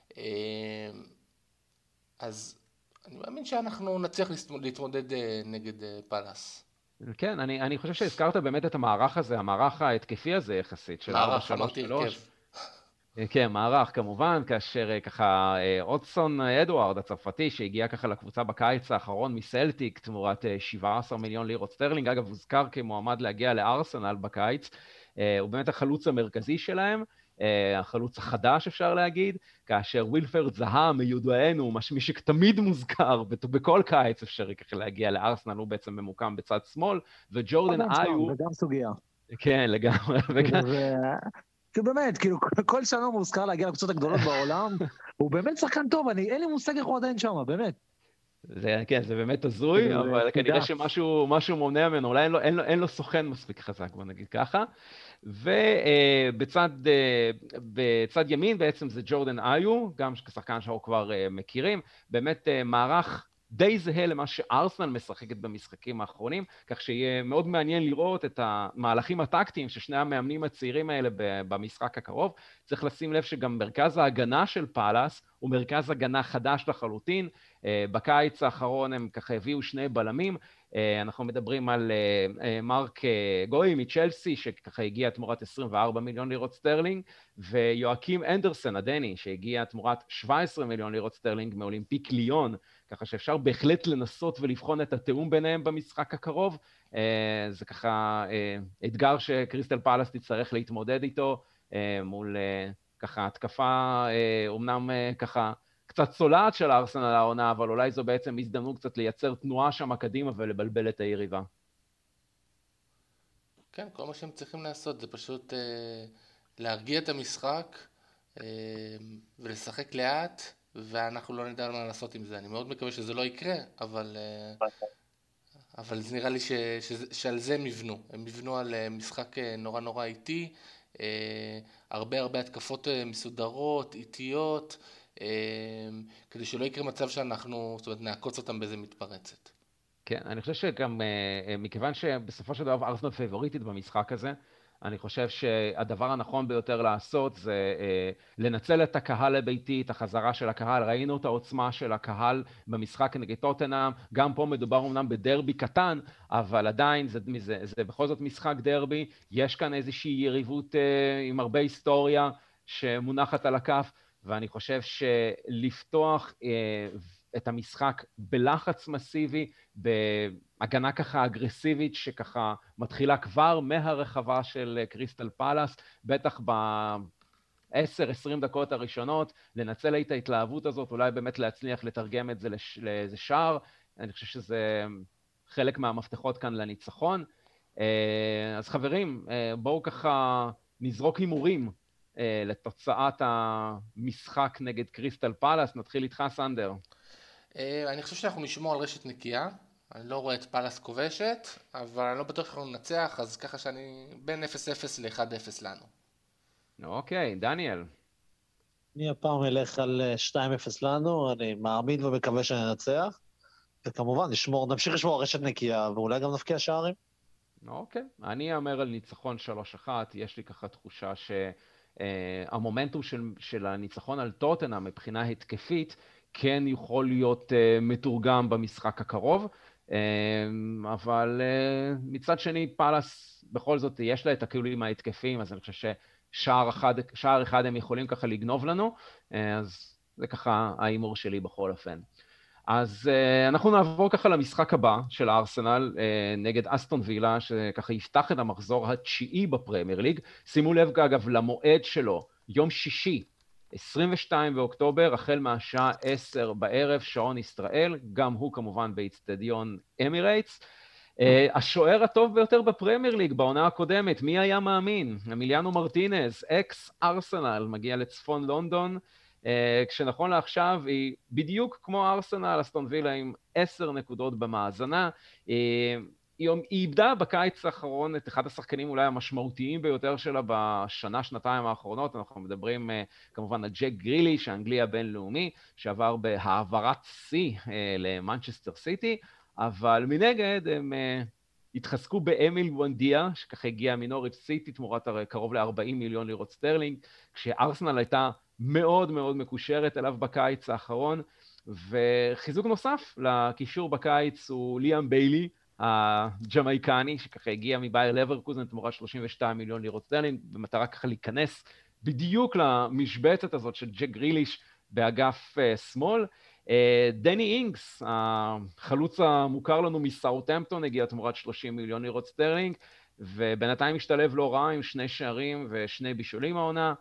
אז אני מאמין שאנחנו נצליח להתמודד נגד פלאס. כן, אני, אני חושב שהזכרת באמת את המערך הזה, המערך ההתקפי הזה יחסית של ארבע שלוש שלוש. כן, מערך כמובן, כאשר ככה אודסון אדוארד הצרפתי שהגיע ככה לקבוצה בקיץ האחרון מסלטיק תמורת שבעה עשר מיליון לירות סטרלינג, אגב הוזכר כמועמד להגיע לארסנל בקיץ, הוא באמת החלוץ המרכזי שלהם, החלוץ החדש אפשר להגיד, כאשר ווילפרד זהה מיודענו, מי שתמיד מוזכר בכל קיץ אפשרי ככה להגיע לארסנל, הוא בעצם ממוקם בצד שמאל, וג'ורדן איו... וגם סוגיה. כן, לגמרי. כי באמת, כאילו, כל שנה הוא מוזכר להגיע לקבוצות הגדולות בעולם, הוא באמת שחקן טוב, אני, אין לי מושג איך הוא עדיין שם, באמת. זה, כן, זה באמת הזוי, אבל כנראה שמשהו, משהו מונע ממנו, אולי אין לו, אין לו, אין לו סוכן מספיק חזק, בוא נגיד ככה. ובצד, בצד ימין בעצם זה ג'ורדן איו, גם כשחקן שאנחנו כבר מכירים, באמת מערך די זהה למה שארסנל משחקת במשחקים האחרונים, כך שיהיה מאוד מעניין לראות את המהלכים הטקטיים ששני המאמנים הצעירים האלה במשחק הקרוב. צריך לשים לב שגם מרכז ההגנה של פאלאס הוא מרכז הגנה חדש לחלוטין. בקיץ האחרון הם ככה הביאו שני בלמים, אנחנו מדברים על מרק גוי מצ'לסי שככה הגיע תמורת עשרים וארבעה מיליון לירות סטרלינג, ויואקים אנדרסן הדני שהגיע תמורת שבעה עשר מיליון לירות סטרלינג מאולימפיק ליון, ככה שאפשר בהחלט לנסות ולבחון את התאום ביניהם במשחק הקרוב. זה ככה אתגר שקריסטל פאלאס תצטרך להתמודד איתו מול ככה התקפה אומנם ככה קצת צולעת של ארסנל העונה, אבל אולי זו בעצם הזדמנות קצת לייצר תנועה שם קדימה ולבלבל את היריבה. כן, כל מה שהם צריכים לעשות זה פשוט אה, להרגיע את המשחק אה, ולשחק לאט, ואנחנו לא נדע מה לעשות עם זה. אני מאוד מקווה שזה לא יקרה, אבל, אה, אבל זה נראה לי ש, ש, שעל זה הם יבנו. הם יבנו על משחק נורא נורא איטי, אה, הרבה הרבה התקפות מסודרות, איטיות, כדי שלא יקרה מצב שאנחנו, זאת אומרת, נעקוץ אותם באיזה מתפרצת. כן, אני חושב שגם מכיוון שבסופו של דבר ארסנל פייבוריטית במשחק הזה, אני חושב שהדבר הנכון ביותר לעשות זה לנצל את הקהל הביתי, את החזרה של הקהל. ראינו את העוצמה של הקהל במשחק נגד טוטנהאם, גם פה מדובר אמנם בדרבי קטן, אבל עדיין זה, זה, זה בכל זאת משחק דרבי, יש כאן איזושהי יריבות עם הרבה היסטוריה שמונחת על הכף, ואני חושב שלפתוח את המשחק בלחץ מסיבי, בהגנה ככה אגרסיבית שככה מתחילה כבר מהרחבה של קריסטל פאלאס, בטח ב-עשר עשרים דקות הראשונות, לנצל את ההתלהבות הזאת, אולי באמת להצליח לתרגם את זה לאיזה שער. אני חושב שזה חלק מהמפתחות כאן לניצחון. אז חברים, בואו ככה נזרוק הימורים לתוצאת המשחק נגד קריסטל פאלאס. נתחיל איתך, סנדר. אני חושב שאנחנו נשמור על רשת נקייה. אני לא רואה את פאלאס כובשת, אבל אני לא בטוח שאנחנו ננצח, אז ככה שאני בין אפס אפס ל-אחד אפס לנו. אוקיי, דניאל. אני הפעם אלך על שתיים אפס לנו, אני מאמין ומקווה שננצח, וכמובן נשמור, נמשיך לשמור על רשת נקייה, ואולי גם נפקיע שערים. אוקיי, אני אומר על ניצחון שלוש אחת, יש לי ככה תחושה ש... Uh, המומנטום של, של הניצחון על טוטנהאם מבחינה התקפית כן יכול להיות מתורגם במשחק הקרוב, אבל מצד שני פאלאס בכל זאת יש לה את הכלים ההתקפים, אז אני חושב ששער אחד, שער אחד הם יכולים ככה לגנוב לנו, אז זה ככה האימור שלי בכל אופן. אז uh, אנחנו נעבור ככה למשחק הבא של הארסנל uh, נגד אסטון וילה, שככה יפתח את המחזור התשיעי בפרמייר ליג. שימו לב אגב למועד שלו, יום שישי, עשרים ושניים באוקטובר, החל מהשעה עשר בערב, שעון ישראל, גם הוא כמובן באצטדיון אמירייטס. Uh, השוער הטוב ביותר בפרמייר ליג בעונה הקודמת, מי היה מאמין? אמיליאנו מרטינז, אקס ארסנל, מגיע לצפון לונדון, Uh, כשנכון לעכשיו היא בדיוק כמו ארסנל, אסטון וילה עם עשר נקודות במאזנה. Uh, היא, היא איבדה בקיץ האחרון את אחד השחקנים אולי המשמעותיים ביותר שלה בשנה, שנתיים האחרונות. אנחנו מדברים uh, כמובן על ג'ק גריליש, האנגלי הבינלאומי, שעבר בהעברת שיא uh, למנצ'סטר סיטי, אבל מנגד הם uh, התחזקו באמיל וונדיה, שככה הגיע מנוריץ' סיטי תמורת קרוב ל-ארבעים מיליון לירות סטרלינג, כשארסנל הייתה מאוד מאוד מקושרת אליו בקיץ האחרון, וחיזוק נוסף לקישור בקיץ הוא ליאם ביילי, הג'מייקני, שככה הגיע מבייר לברקוזן תמורת שלושים ושניים מיליון לירות סטרלינג, במטרה ככה להיכנס בדיוק למשבצת הזאת של ג'ק גריליש באגף uh, שמאל. Uh, דני אינגס, החלוץ המוכר לנו מסאות'המפטון, הגיע תמורת שלושים מיליון לירות סטרלינג, ובינתיים השתלב לא רע עם שני שערים ושני בישולים העונה,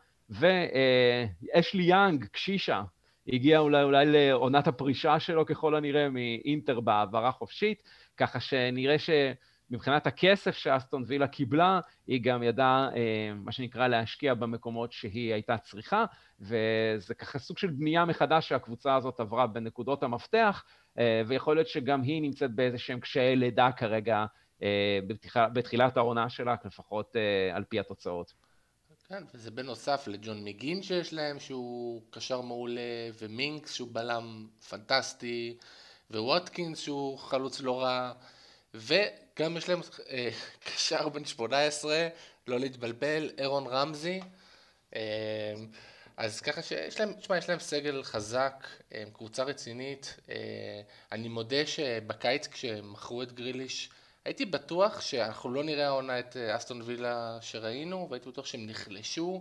ואשלי יאנג, קשישה, הגיע אולי, אולי לעונת הפרישה שלו ככל הנראה מאינטר בעברה חופשית, ככה שנראה שמבחינת הכסף שאסטון וילה קיבלה, היא גם ידעה מה שנקרא להשקיע במקומות שהיא הייתה צריכה, וזה ככה סוג של בנייה מחדש שהקבוצה הזאת עברה בנקודות המפתח, ויכול להיות שגם היא נמצאת באיזה שהם קשיי לידה כרגע בתחילת העונה שלה, לפחות על פי התוצאות. כן, וזה בנוסף לג'ון מגין שיש להם, שהוא קשר מעולה, ומינקס שהוא בלם פנטסטי, וווטקינס שהוא חלוץ לא רע, וגם יש להם אה, קשר בן שמונה עשרה, לא להתבלבל, אירון רמזי, אה, אז ככה שיש להם, תשמע, יש להם סגל חזק, אה, קבוצה רצינית, אה, אני מודה שבקיץ כשמכרו את גריליש, הייתי בטוח שאנחנו לא נראה העונה את אסטון וילה שראינו, והייתי בטוח שהם נחלשו.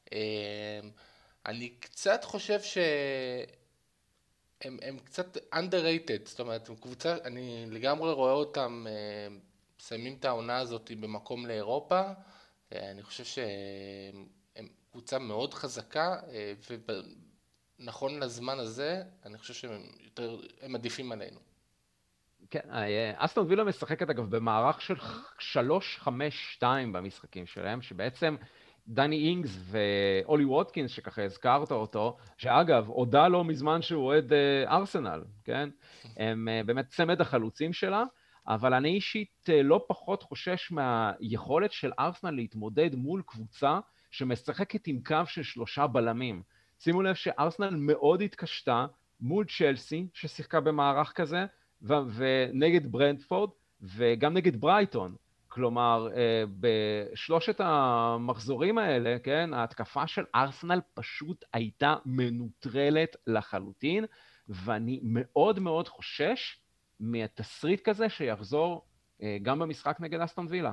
אני קצת חושב שהם הם קצת underrated, זאת אומרת, קבוצה, אני לגמרי רואה אותם מסיימים את העונה הזאת במקום לאירופה. אני חושב שהם קבוצה מאוד חזקה, ונכון לזמן הזה, אני חושב שהם יותר, הם עדיפים עלינו. כן, אסטון וילה משחקת אגב במערך של שלוש חמש שתיים במשחקים שלהם, שבעצם דני אינגס ואולי ווטקינס, שככה הזכרת אותו, שאגב, הודע לו מזמן שהוא אוהד ארסנל, כן? הם באמת צמד החלוצים שלה, אבל אני אישית לא פחות חושש מהיכולת של ארסנל להתמודד מול קבוצה שמשחקת עם קו של שלושה בלמים. שימו לב שארסנל מאוד התקשתה מול צ'לסי, ששיחקה במערך כזה, ונגד ברנטפורד, וגם נגד ברייטון. כלומר, בשלושת המחזורים האלה, כן, ההתקפה של ארסנל פשוט הייתה מנוטרלת לחלוטין, ואני מאוד מאוד חושש מהתסריט כזה שיחזור גם במשחק נגד אסטון וילה.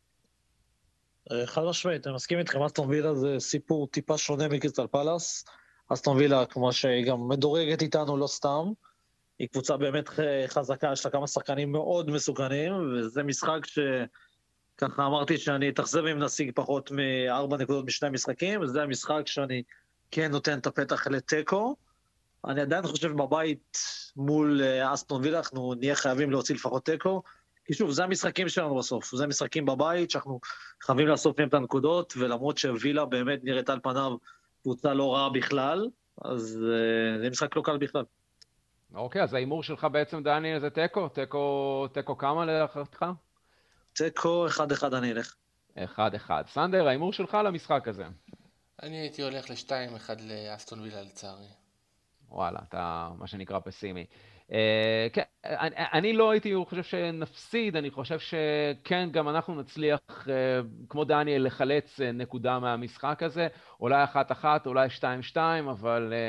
חד משמעית, אני מסכים איתכם, אסטון וילה זה סיפור טיפה שונה מקריסטל פלאס. אסטון וילה, כמו שהיא גם מדורגת איתנו, לא סתם, היא קבוצה באמת חזקה, יש לה כמה שחקנים מאוד מסוכנים, וזה משחק שככה אמרתי שאני אתאכזב אם נשיג פחות מארבע נקודות משני משחקים, וזה המשחק שאני כן נותן את הפתח לטקו. אני עדיין חושב בבית מול אסטון וילה, אנחנו נהיה חייבים להוציא לפחות טקו, כי שוב, זה המשחקים שלנו בסוף, זה משחקים בבית שאנחנו חייבים לאסוף מהם את הנקודות, ולמרות שווילה באמת נראית על פניו קבוצה לא רעה בכלל, אז זה משחק לא קל בכלל. אוקיי, אז האימור שלך בעצם, דני, זה טקו? טקו, טקו כמה לאחרתך? טקו, אחד אחד אני אלך. אחד אחד. סנדר, האימור שלך למשחק הזה? אני הייתי הולך לשתיים, אחד לאסטון וילה לצערי. וואלה, אתה מה שנקרא פסימי. Uh, כן, אני, אני לא הייתי חושב שנפסיד, אני חושב שכן, גם אנחנו נצליח, uh, כמו דניאל, לחלץ uh, נקודה מהמשחק הזה, אולי אחת אחת, אולי שתיים שתיים, אבל uh,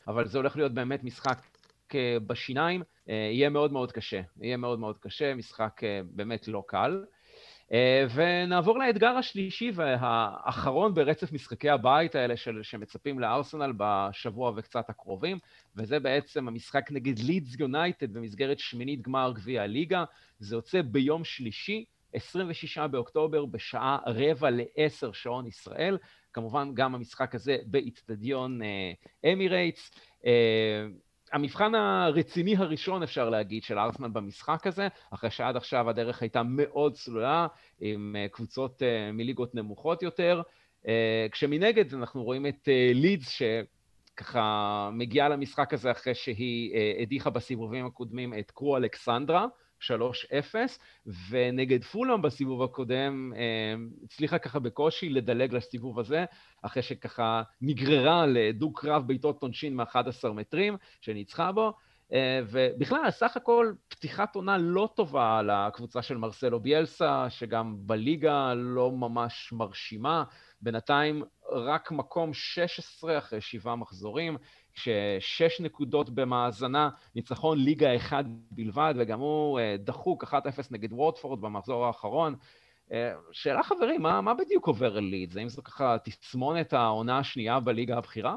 אבל זה הולך להיות באמת משחק בשיניים, יהיה מאוד מאוד קשה, יהיה מאוד מאוד קשה, משחק באמת לא קל. ונעבור לאתגר השלישי והאחרון ברצף משחקי הבית האלה של, שמצפים לארסנל בשבוע וקצת הקרובים, וזה בעצם המשחק נגד לידס יונייטד במסגרת שמינית גמר גביע הליגה. זה יוצא ביום שלישי, עשרים ושישה באוקטובר, בשעה רבע לעשר שעון ישראל. כמובן גם המשחק הזה באצטדיון אמירייטס. המבחן הרציני הראשון, אפשר להגיד, של ארסנל במשחק הזה, אחרי שעד עכשיו הדרך הייתה מאוד צלולה, עם קבוצות מליגות נמוכות יותר. כשמנגד אנחנו רואים את לידס, שככה מגיעה למשחק הזה אחרי שהיא הדיחה בסיבובים הקודמים את קרו אלכסנדרה, שלוש אפס, ונגד פולאם בסיבוב הקודם הצליחה ככה בקושי לדלג לסיבוב הזה, אחרי שככה נגררה לדו קרב בעיטות עונשין מ-אחד עשר מטרים שניצחה בו, ובכלל, סך הכל פתיחת עונה לא טובה לקבוצה של מרסלו ביאלסה, שגם בליגה לא ממש מרשימה, בינתיים רק מקום שש עשרה אחרי שבעה מחזורים, ששש נקודות במאזנה, ניצחון ליגה אחד בלבד, וגם הוא דחוק אחת אפס נגד ווטפורד במחזור האחרון. שאלה חברים, מה, מה בדיוק עובר על לידס? האם זו ככה תסמונת העונה השנייה בליגה הבכירה?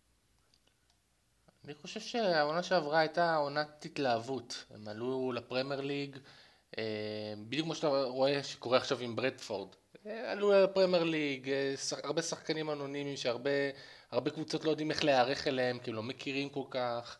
אני חושב שהעונה שעברה הייתה עונת התלהבות. הם עלו לפרמייר ליג, בדיוק כמו שאתה רואה שקורה עכשיו עם ברדפורד. עלו לפרמייר ליג, הרבה שחקנים אנונימיים שהרבה הרבה קבוצות לא יודעים איך להיערך אליהם, כי הם לא מכירים כל כך.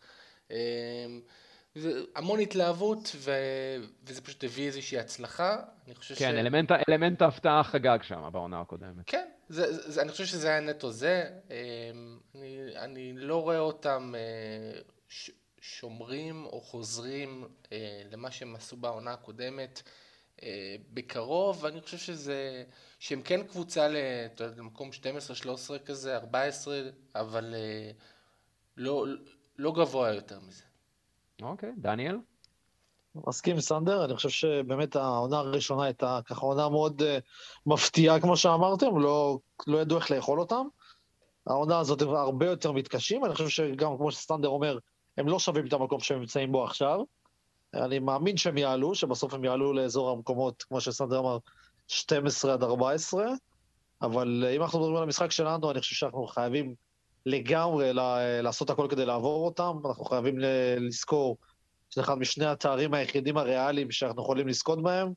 זה המון התלהבות, ו... וזה פשוט הביא איזושהי הצלחה. אני חושב כן, ש... אלמנט, אלמנט ההפתעה חגג שם בעונה הקודמת. כן, זה, זה, אני חושב שזה היה נטו זה. אני, אני לא רואה אותם ש... שומרים או חוזרים למה שהם עשו בעונה הקודמת בקרוב. אני חושב שזה, שהם כן קבוצה למקום שתים עשרה שלוש עשרה כזה, ארבע עשרה, אבל לא, לא גבוה יותר מזה. אוקיי, דניאל? מסכים סנדר, אני חושב שבאמת העונה הראשונה הייתה ככה עונה מאוד uh, מפתיעה כמו שאמרתם, לא, לא ידעו איך לאכול אותם. העונה הזאת הם הרבה יותר מתקשים, אני חושב שגם כמו שסנדר אומר, הם לא שווים את המקום שהם נמצאים בו עכשיו. אני מאמין שהם יעלו, שבסוף הם יעלו לאזור המקומות, כמו שסנדר אמר, שתים עשרה עד ארבע עשרה, אבל אם אנחנו מדברים על המשחק שלנו, אני חושב שאנחנו חייבים לגמרי לעשות הכל כדי לעבור אותם, אנחנו חייבים לזכור שזה אחד משני התארים היחידים הריאליים שאנחנו יכולים לזכות בהם,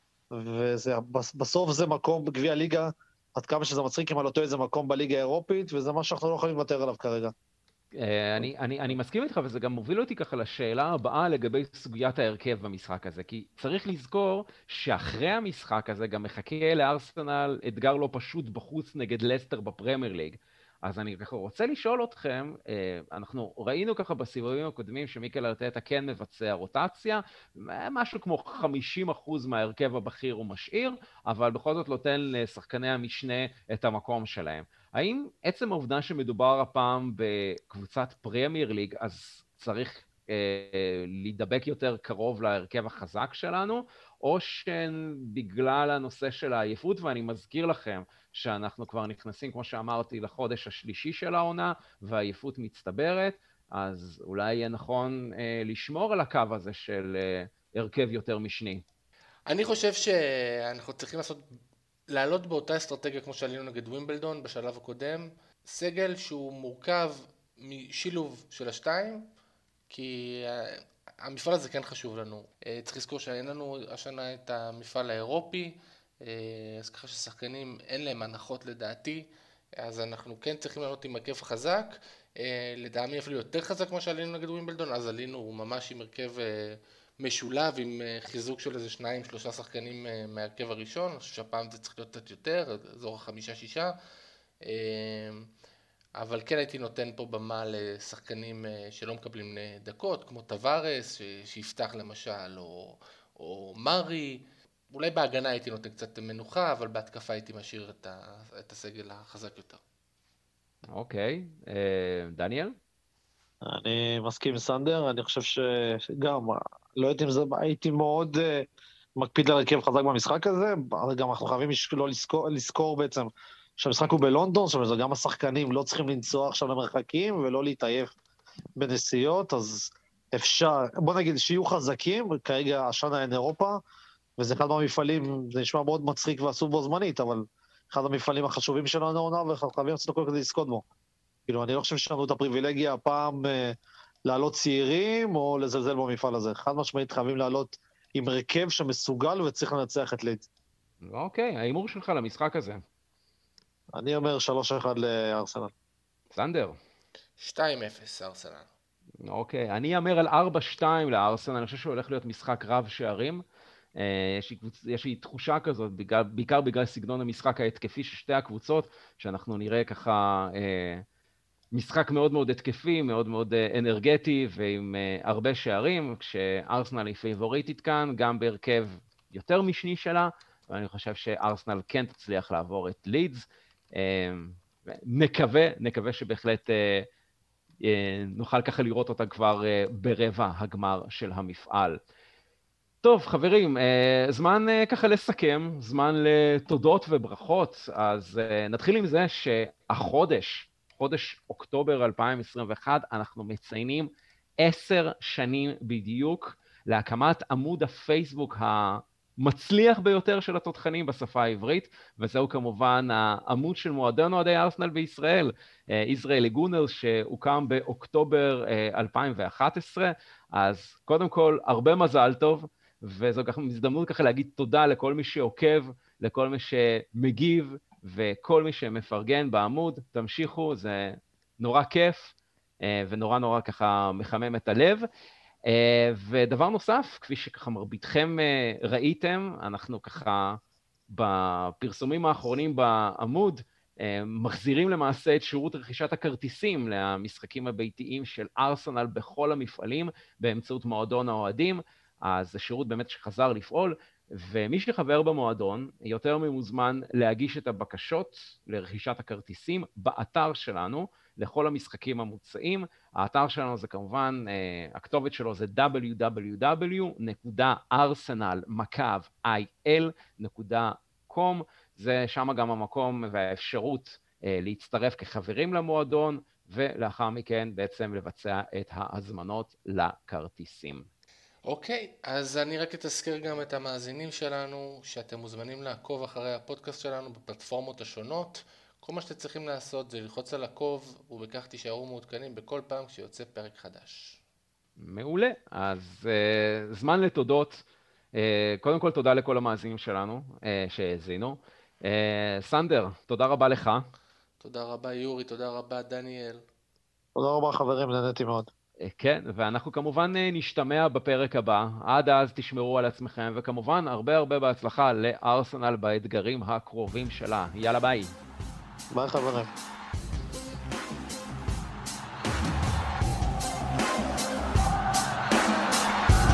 ובסוף זה מקום בגביע הליגה, עד כמה שזה מצחיק אם אני לא טועה, זה מקום בליגה האירופית, וזה מה שאנחנו לא יכולים לוותר עליו כרגע. אני, אני, אני מסכים איתך, וזה גם מוביל אותי ככה לשאלה הבאה לגבי סוגיית ההרכב במשחק הזה, כי צריך לזכור שאחרי המשחק הזה גם מחכה לארסנל אתגר לא פשוט בחוץ נגד לסטר בפרמייר ליג. אז אני ככה רוצה לשאול אתכם, אנחנו ראינו ככה בסיבובים הקודמים שמיקל ארטטה כן מבצע רוטציה, משהו כמו חמישים אחוז מההרכב הבכיר הוא משאיר, אבל בכל זאת נותן לשחקני המשנה את המקום שלהם. האם עצם העובדה שמדובר הפעם בקבוצת פרמייר ליג, אז צריך אה, להידבק יותר קרוב להרכב החזק שלנו, או שבגלל הנושא של העייפות, ואני מזכיר לכם שאנחנו כבר נכנסים, כמו שאמרתי, לחודש השלישי של העונה, והעייפות מצטברת, אז אולי יהיה נכון אה, לשמור על הקו הזה של אה, הרכב יותר משני. אני חושב שאנחנו צריכים לעשות... לעלות באותה אסטרטגיה כמו שעלינו נגד ווימבלדון בשלב הקודם, סגל שהוא מורכב משילוב של השתיים, כי המפעל הזה כן חשוב לנו. צריך לזכור שאין לנו השנה את המפעל האירופי, אז ככה ששחקנים אין להם הנחות לדעתי, אז אנחנו כן צריכים לעלות עם הרכב חזק, לדעמי אפילו יותר חזק כמו שעלינו נגד ווימבלדון, אז עלינו ממש עם הרכב משולב עם חיזוק של איזה שניים, שלושה שחקנים מהרכב הראשון. אני חושב שהפעם זה צריך להיות קצת יותר, אזור החמישה, שישה. אבל כן הייתי נותן פה במה לשחקנים שלא מקבלים דקות, כמו טווארס, שיפתח למשל, או, או מרי. אולי בהגנה הייתי נותן קצת מנוחה, אבל בהתקפה הייתי משאיר את, ה, את הסגל החזק יותר. אוקיי. דניאל? אני מסכים עם סנדר, אני חושב שגם, לא יודעת אם זה, הייתי מאוד uh, מקפיד על הרכב חזק במשחק הזה, גם אנחנו חייבים לא לזכור, לזכור בעצם שהמשחק הוא בלונדון, שזה גם השחקנים לא צריכים לנסוע עכשיו למרחקים ולא להתעייף בנסיעות, אז אפשר, בוא נגיד שיהיו חזקים, כרגע השנה אין אירופה, וזה אחד מהמפעלים, זה נשמע מאוד מצחיק ועשו בו זמנית, אבל אחד המפעלים החשובים שלנו העונה, וחייבים לעשות הכל כדי לזכות בו. כאילו, אני לא חושב שיש לנו את הפריבילגיה הפעם אה, לעלות צעירים, או לזלזל במפעל הזה. חד משמעית חייבים לעלות עם רכב שמסוגל וצריך לנצח את לידס. אוקיי, ההימור שלך למשחק הזה. אני אומר שלוש אחד לארסנל. סנדר. שתיים אפס ארסנל. אוקיי, אני אמר על ארבע שתיים לארסנל, אני חושב שהוא הולך להיות משחק רב שערים. יש לי, יש לי תחושה כזאת, בגלל, בעיקר בגלל סגנון המשחק ההתקפי של שתי הקבוצות, שאנחנו נראה ככה אה, משחק מאוד מאוד התקפי, מאוד מאוד אנרגטי, ועם אה, הרבה שערים, כשארסנל היא פייבוריטית כאן, גם בהרכב יותר משני שלה, ואני חושב שארסנל כן תצליח לעבור את לידס. אה, נקווה, נקווה שבהחלט אה, אה, נוכל ככה לראות אותה כבר אה, ברבע הגמר של המפעל. טוב, חברים, זמן ככה לסכם, זמן לתודות וברכות, אז נתחיל עם זה שהחודש, חודש אוקטובר אלפיים עשרים ואחת, אנחנו מציינים עשר שנים בדיוק להקמת עמוד הפייסבוק המצליח ביותר של התותחנים בשפה העברית, וזהו כמובן העמוד של מועדון אוהדי ארסנל בישראל, Israeli Gunners, שהוקם באוקטובר אלפיים ואחת עשרה, אז קודם כל, הרבה מזל טוב, וזו ככה הזדמנות ככה להגיד תודה לכל מי שעוקב, לכל מי שמגיב, וכל מי שמפרגן בעמוד. תמשיכו, זה נורא כיף, ונורא נורא ככה מחמם את הלב. ודבר נוסף, כפי שככה מרביתכם ראיתם, אנחנו ככה בפרסומים האחרונים בעמוד, מחזירים למעשה את שירות רכישת הכרטיסים למשחקים הביתיים של ארסנל בכל המפעלים, באמצעות מועדון האוהדים. אז זה שירות באמת שחזר לפעול, ומי שחבר במועדון יותר ממוזמן להגיש את הבקשות לרכישת הכרטיסים באתר שלנו, לכל המשחקים המוצעים. האתר שלנו זה כמובן, הכתובת שלו זה דאבליו דאבליו דאבליו נקודה ארסנל מקו איי אל נקודה קום, זה שם גם המקום והאפשרות להצטרף כחברים למועדון, ולאחר מכן בעצם לבצע את ההזמנות לכרטיסים. אוקיי, אז אני רק אתזכר גם את המאזינים שלנו, שאתם מוזמנים לעקוב אחרי הפודקאסט שלנו בפלטפורמות השונות. כל מה שאתם צריכים לעשות זה ללחוץ על עקוב, ובכך תישארו מעודכנים בכל פעם כשיוצא פרק חדש. מעולה, אז uh, זמן לתודות. Uh, קודם כל תודה לכל המאזינים שלנו uh, שהזינו. Uh, סנדר, תודה רבה לך. תודה רבה יורי, תודה רבה דניאל. תודה רבה חברים, נהניתי מאוד. כן, ואנחנו כמובן נשתמע בפרק הבא. עד אז תשמרו על עצמכם, וכמובן הרבה הרבה בהצלחה לארסנל באתגרים הקרובים שלה. יאללה ביי. ביי חברים.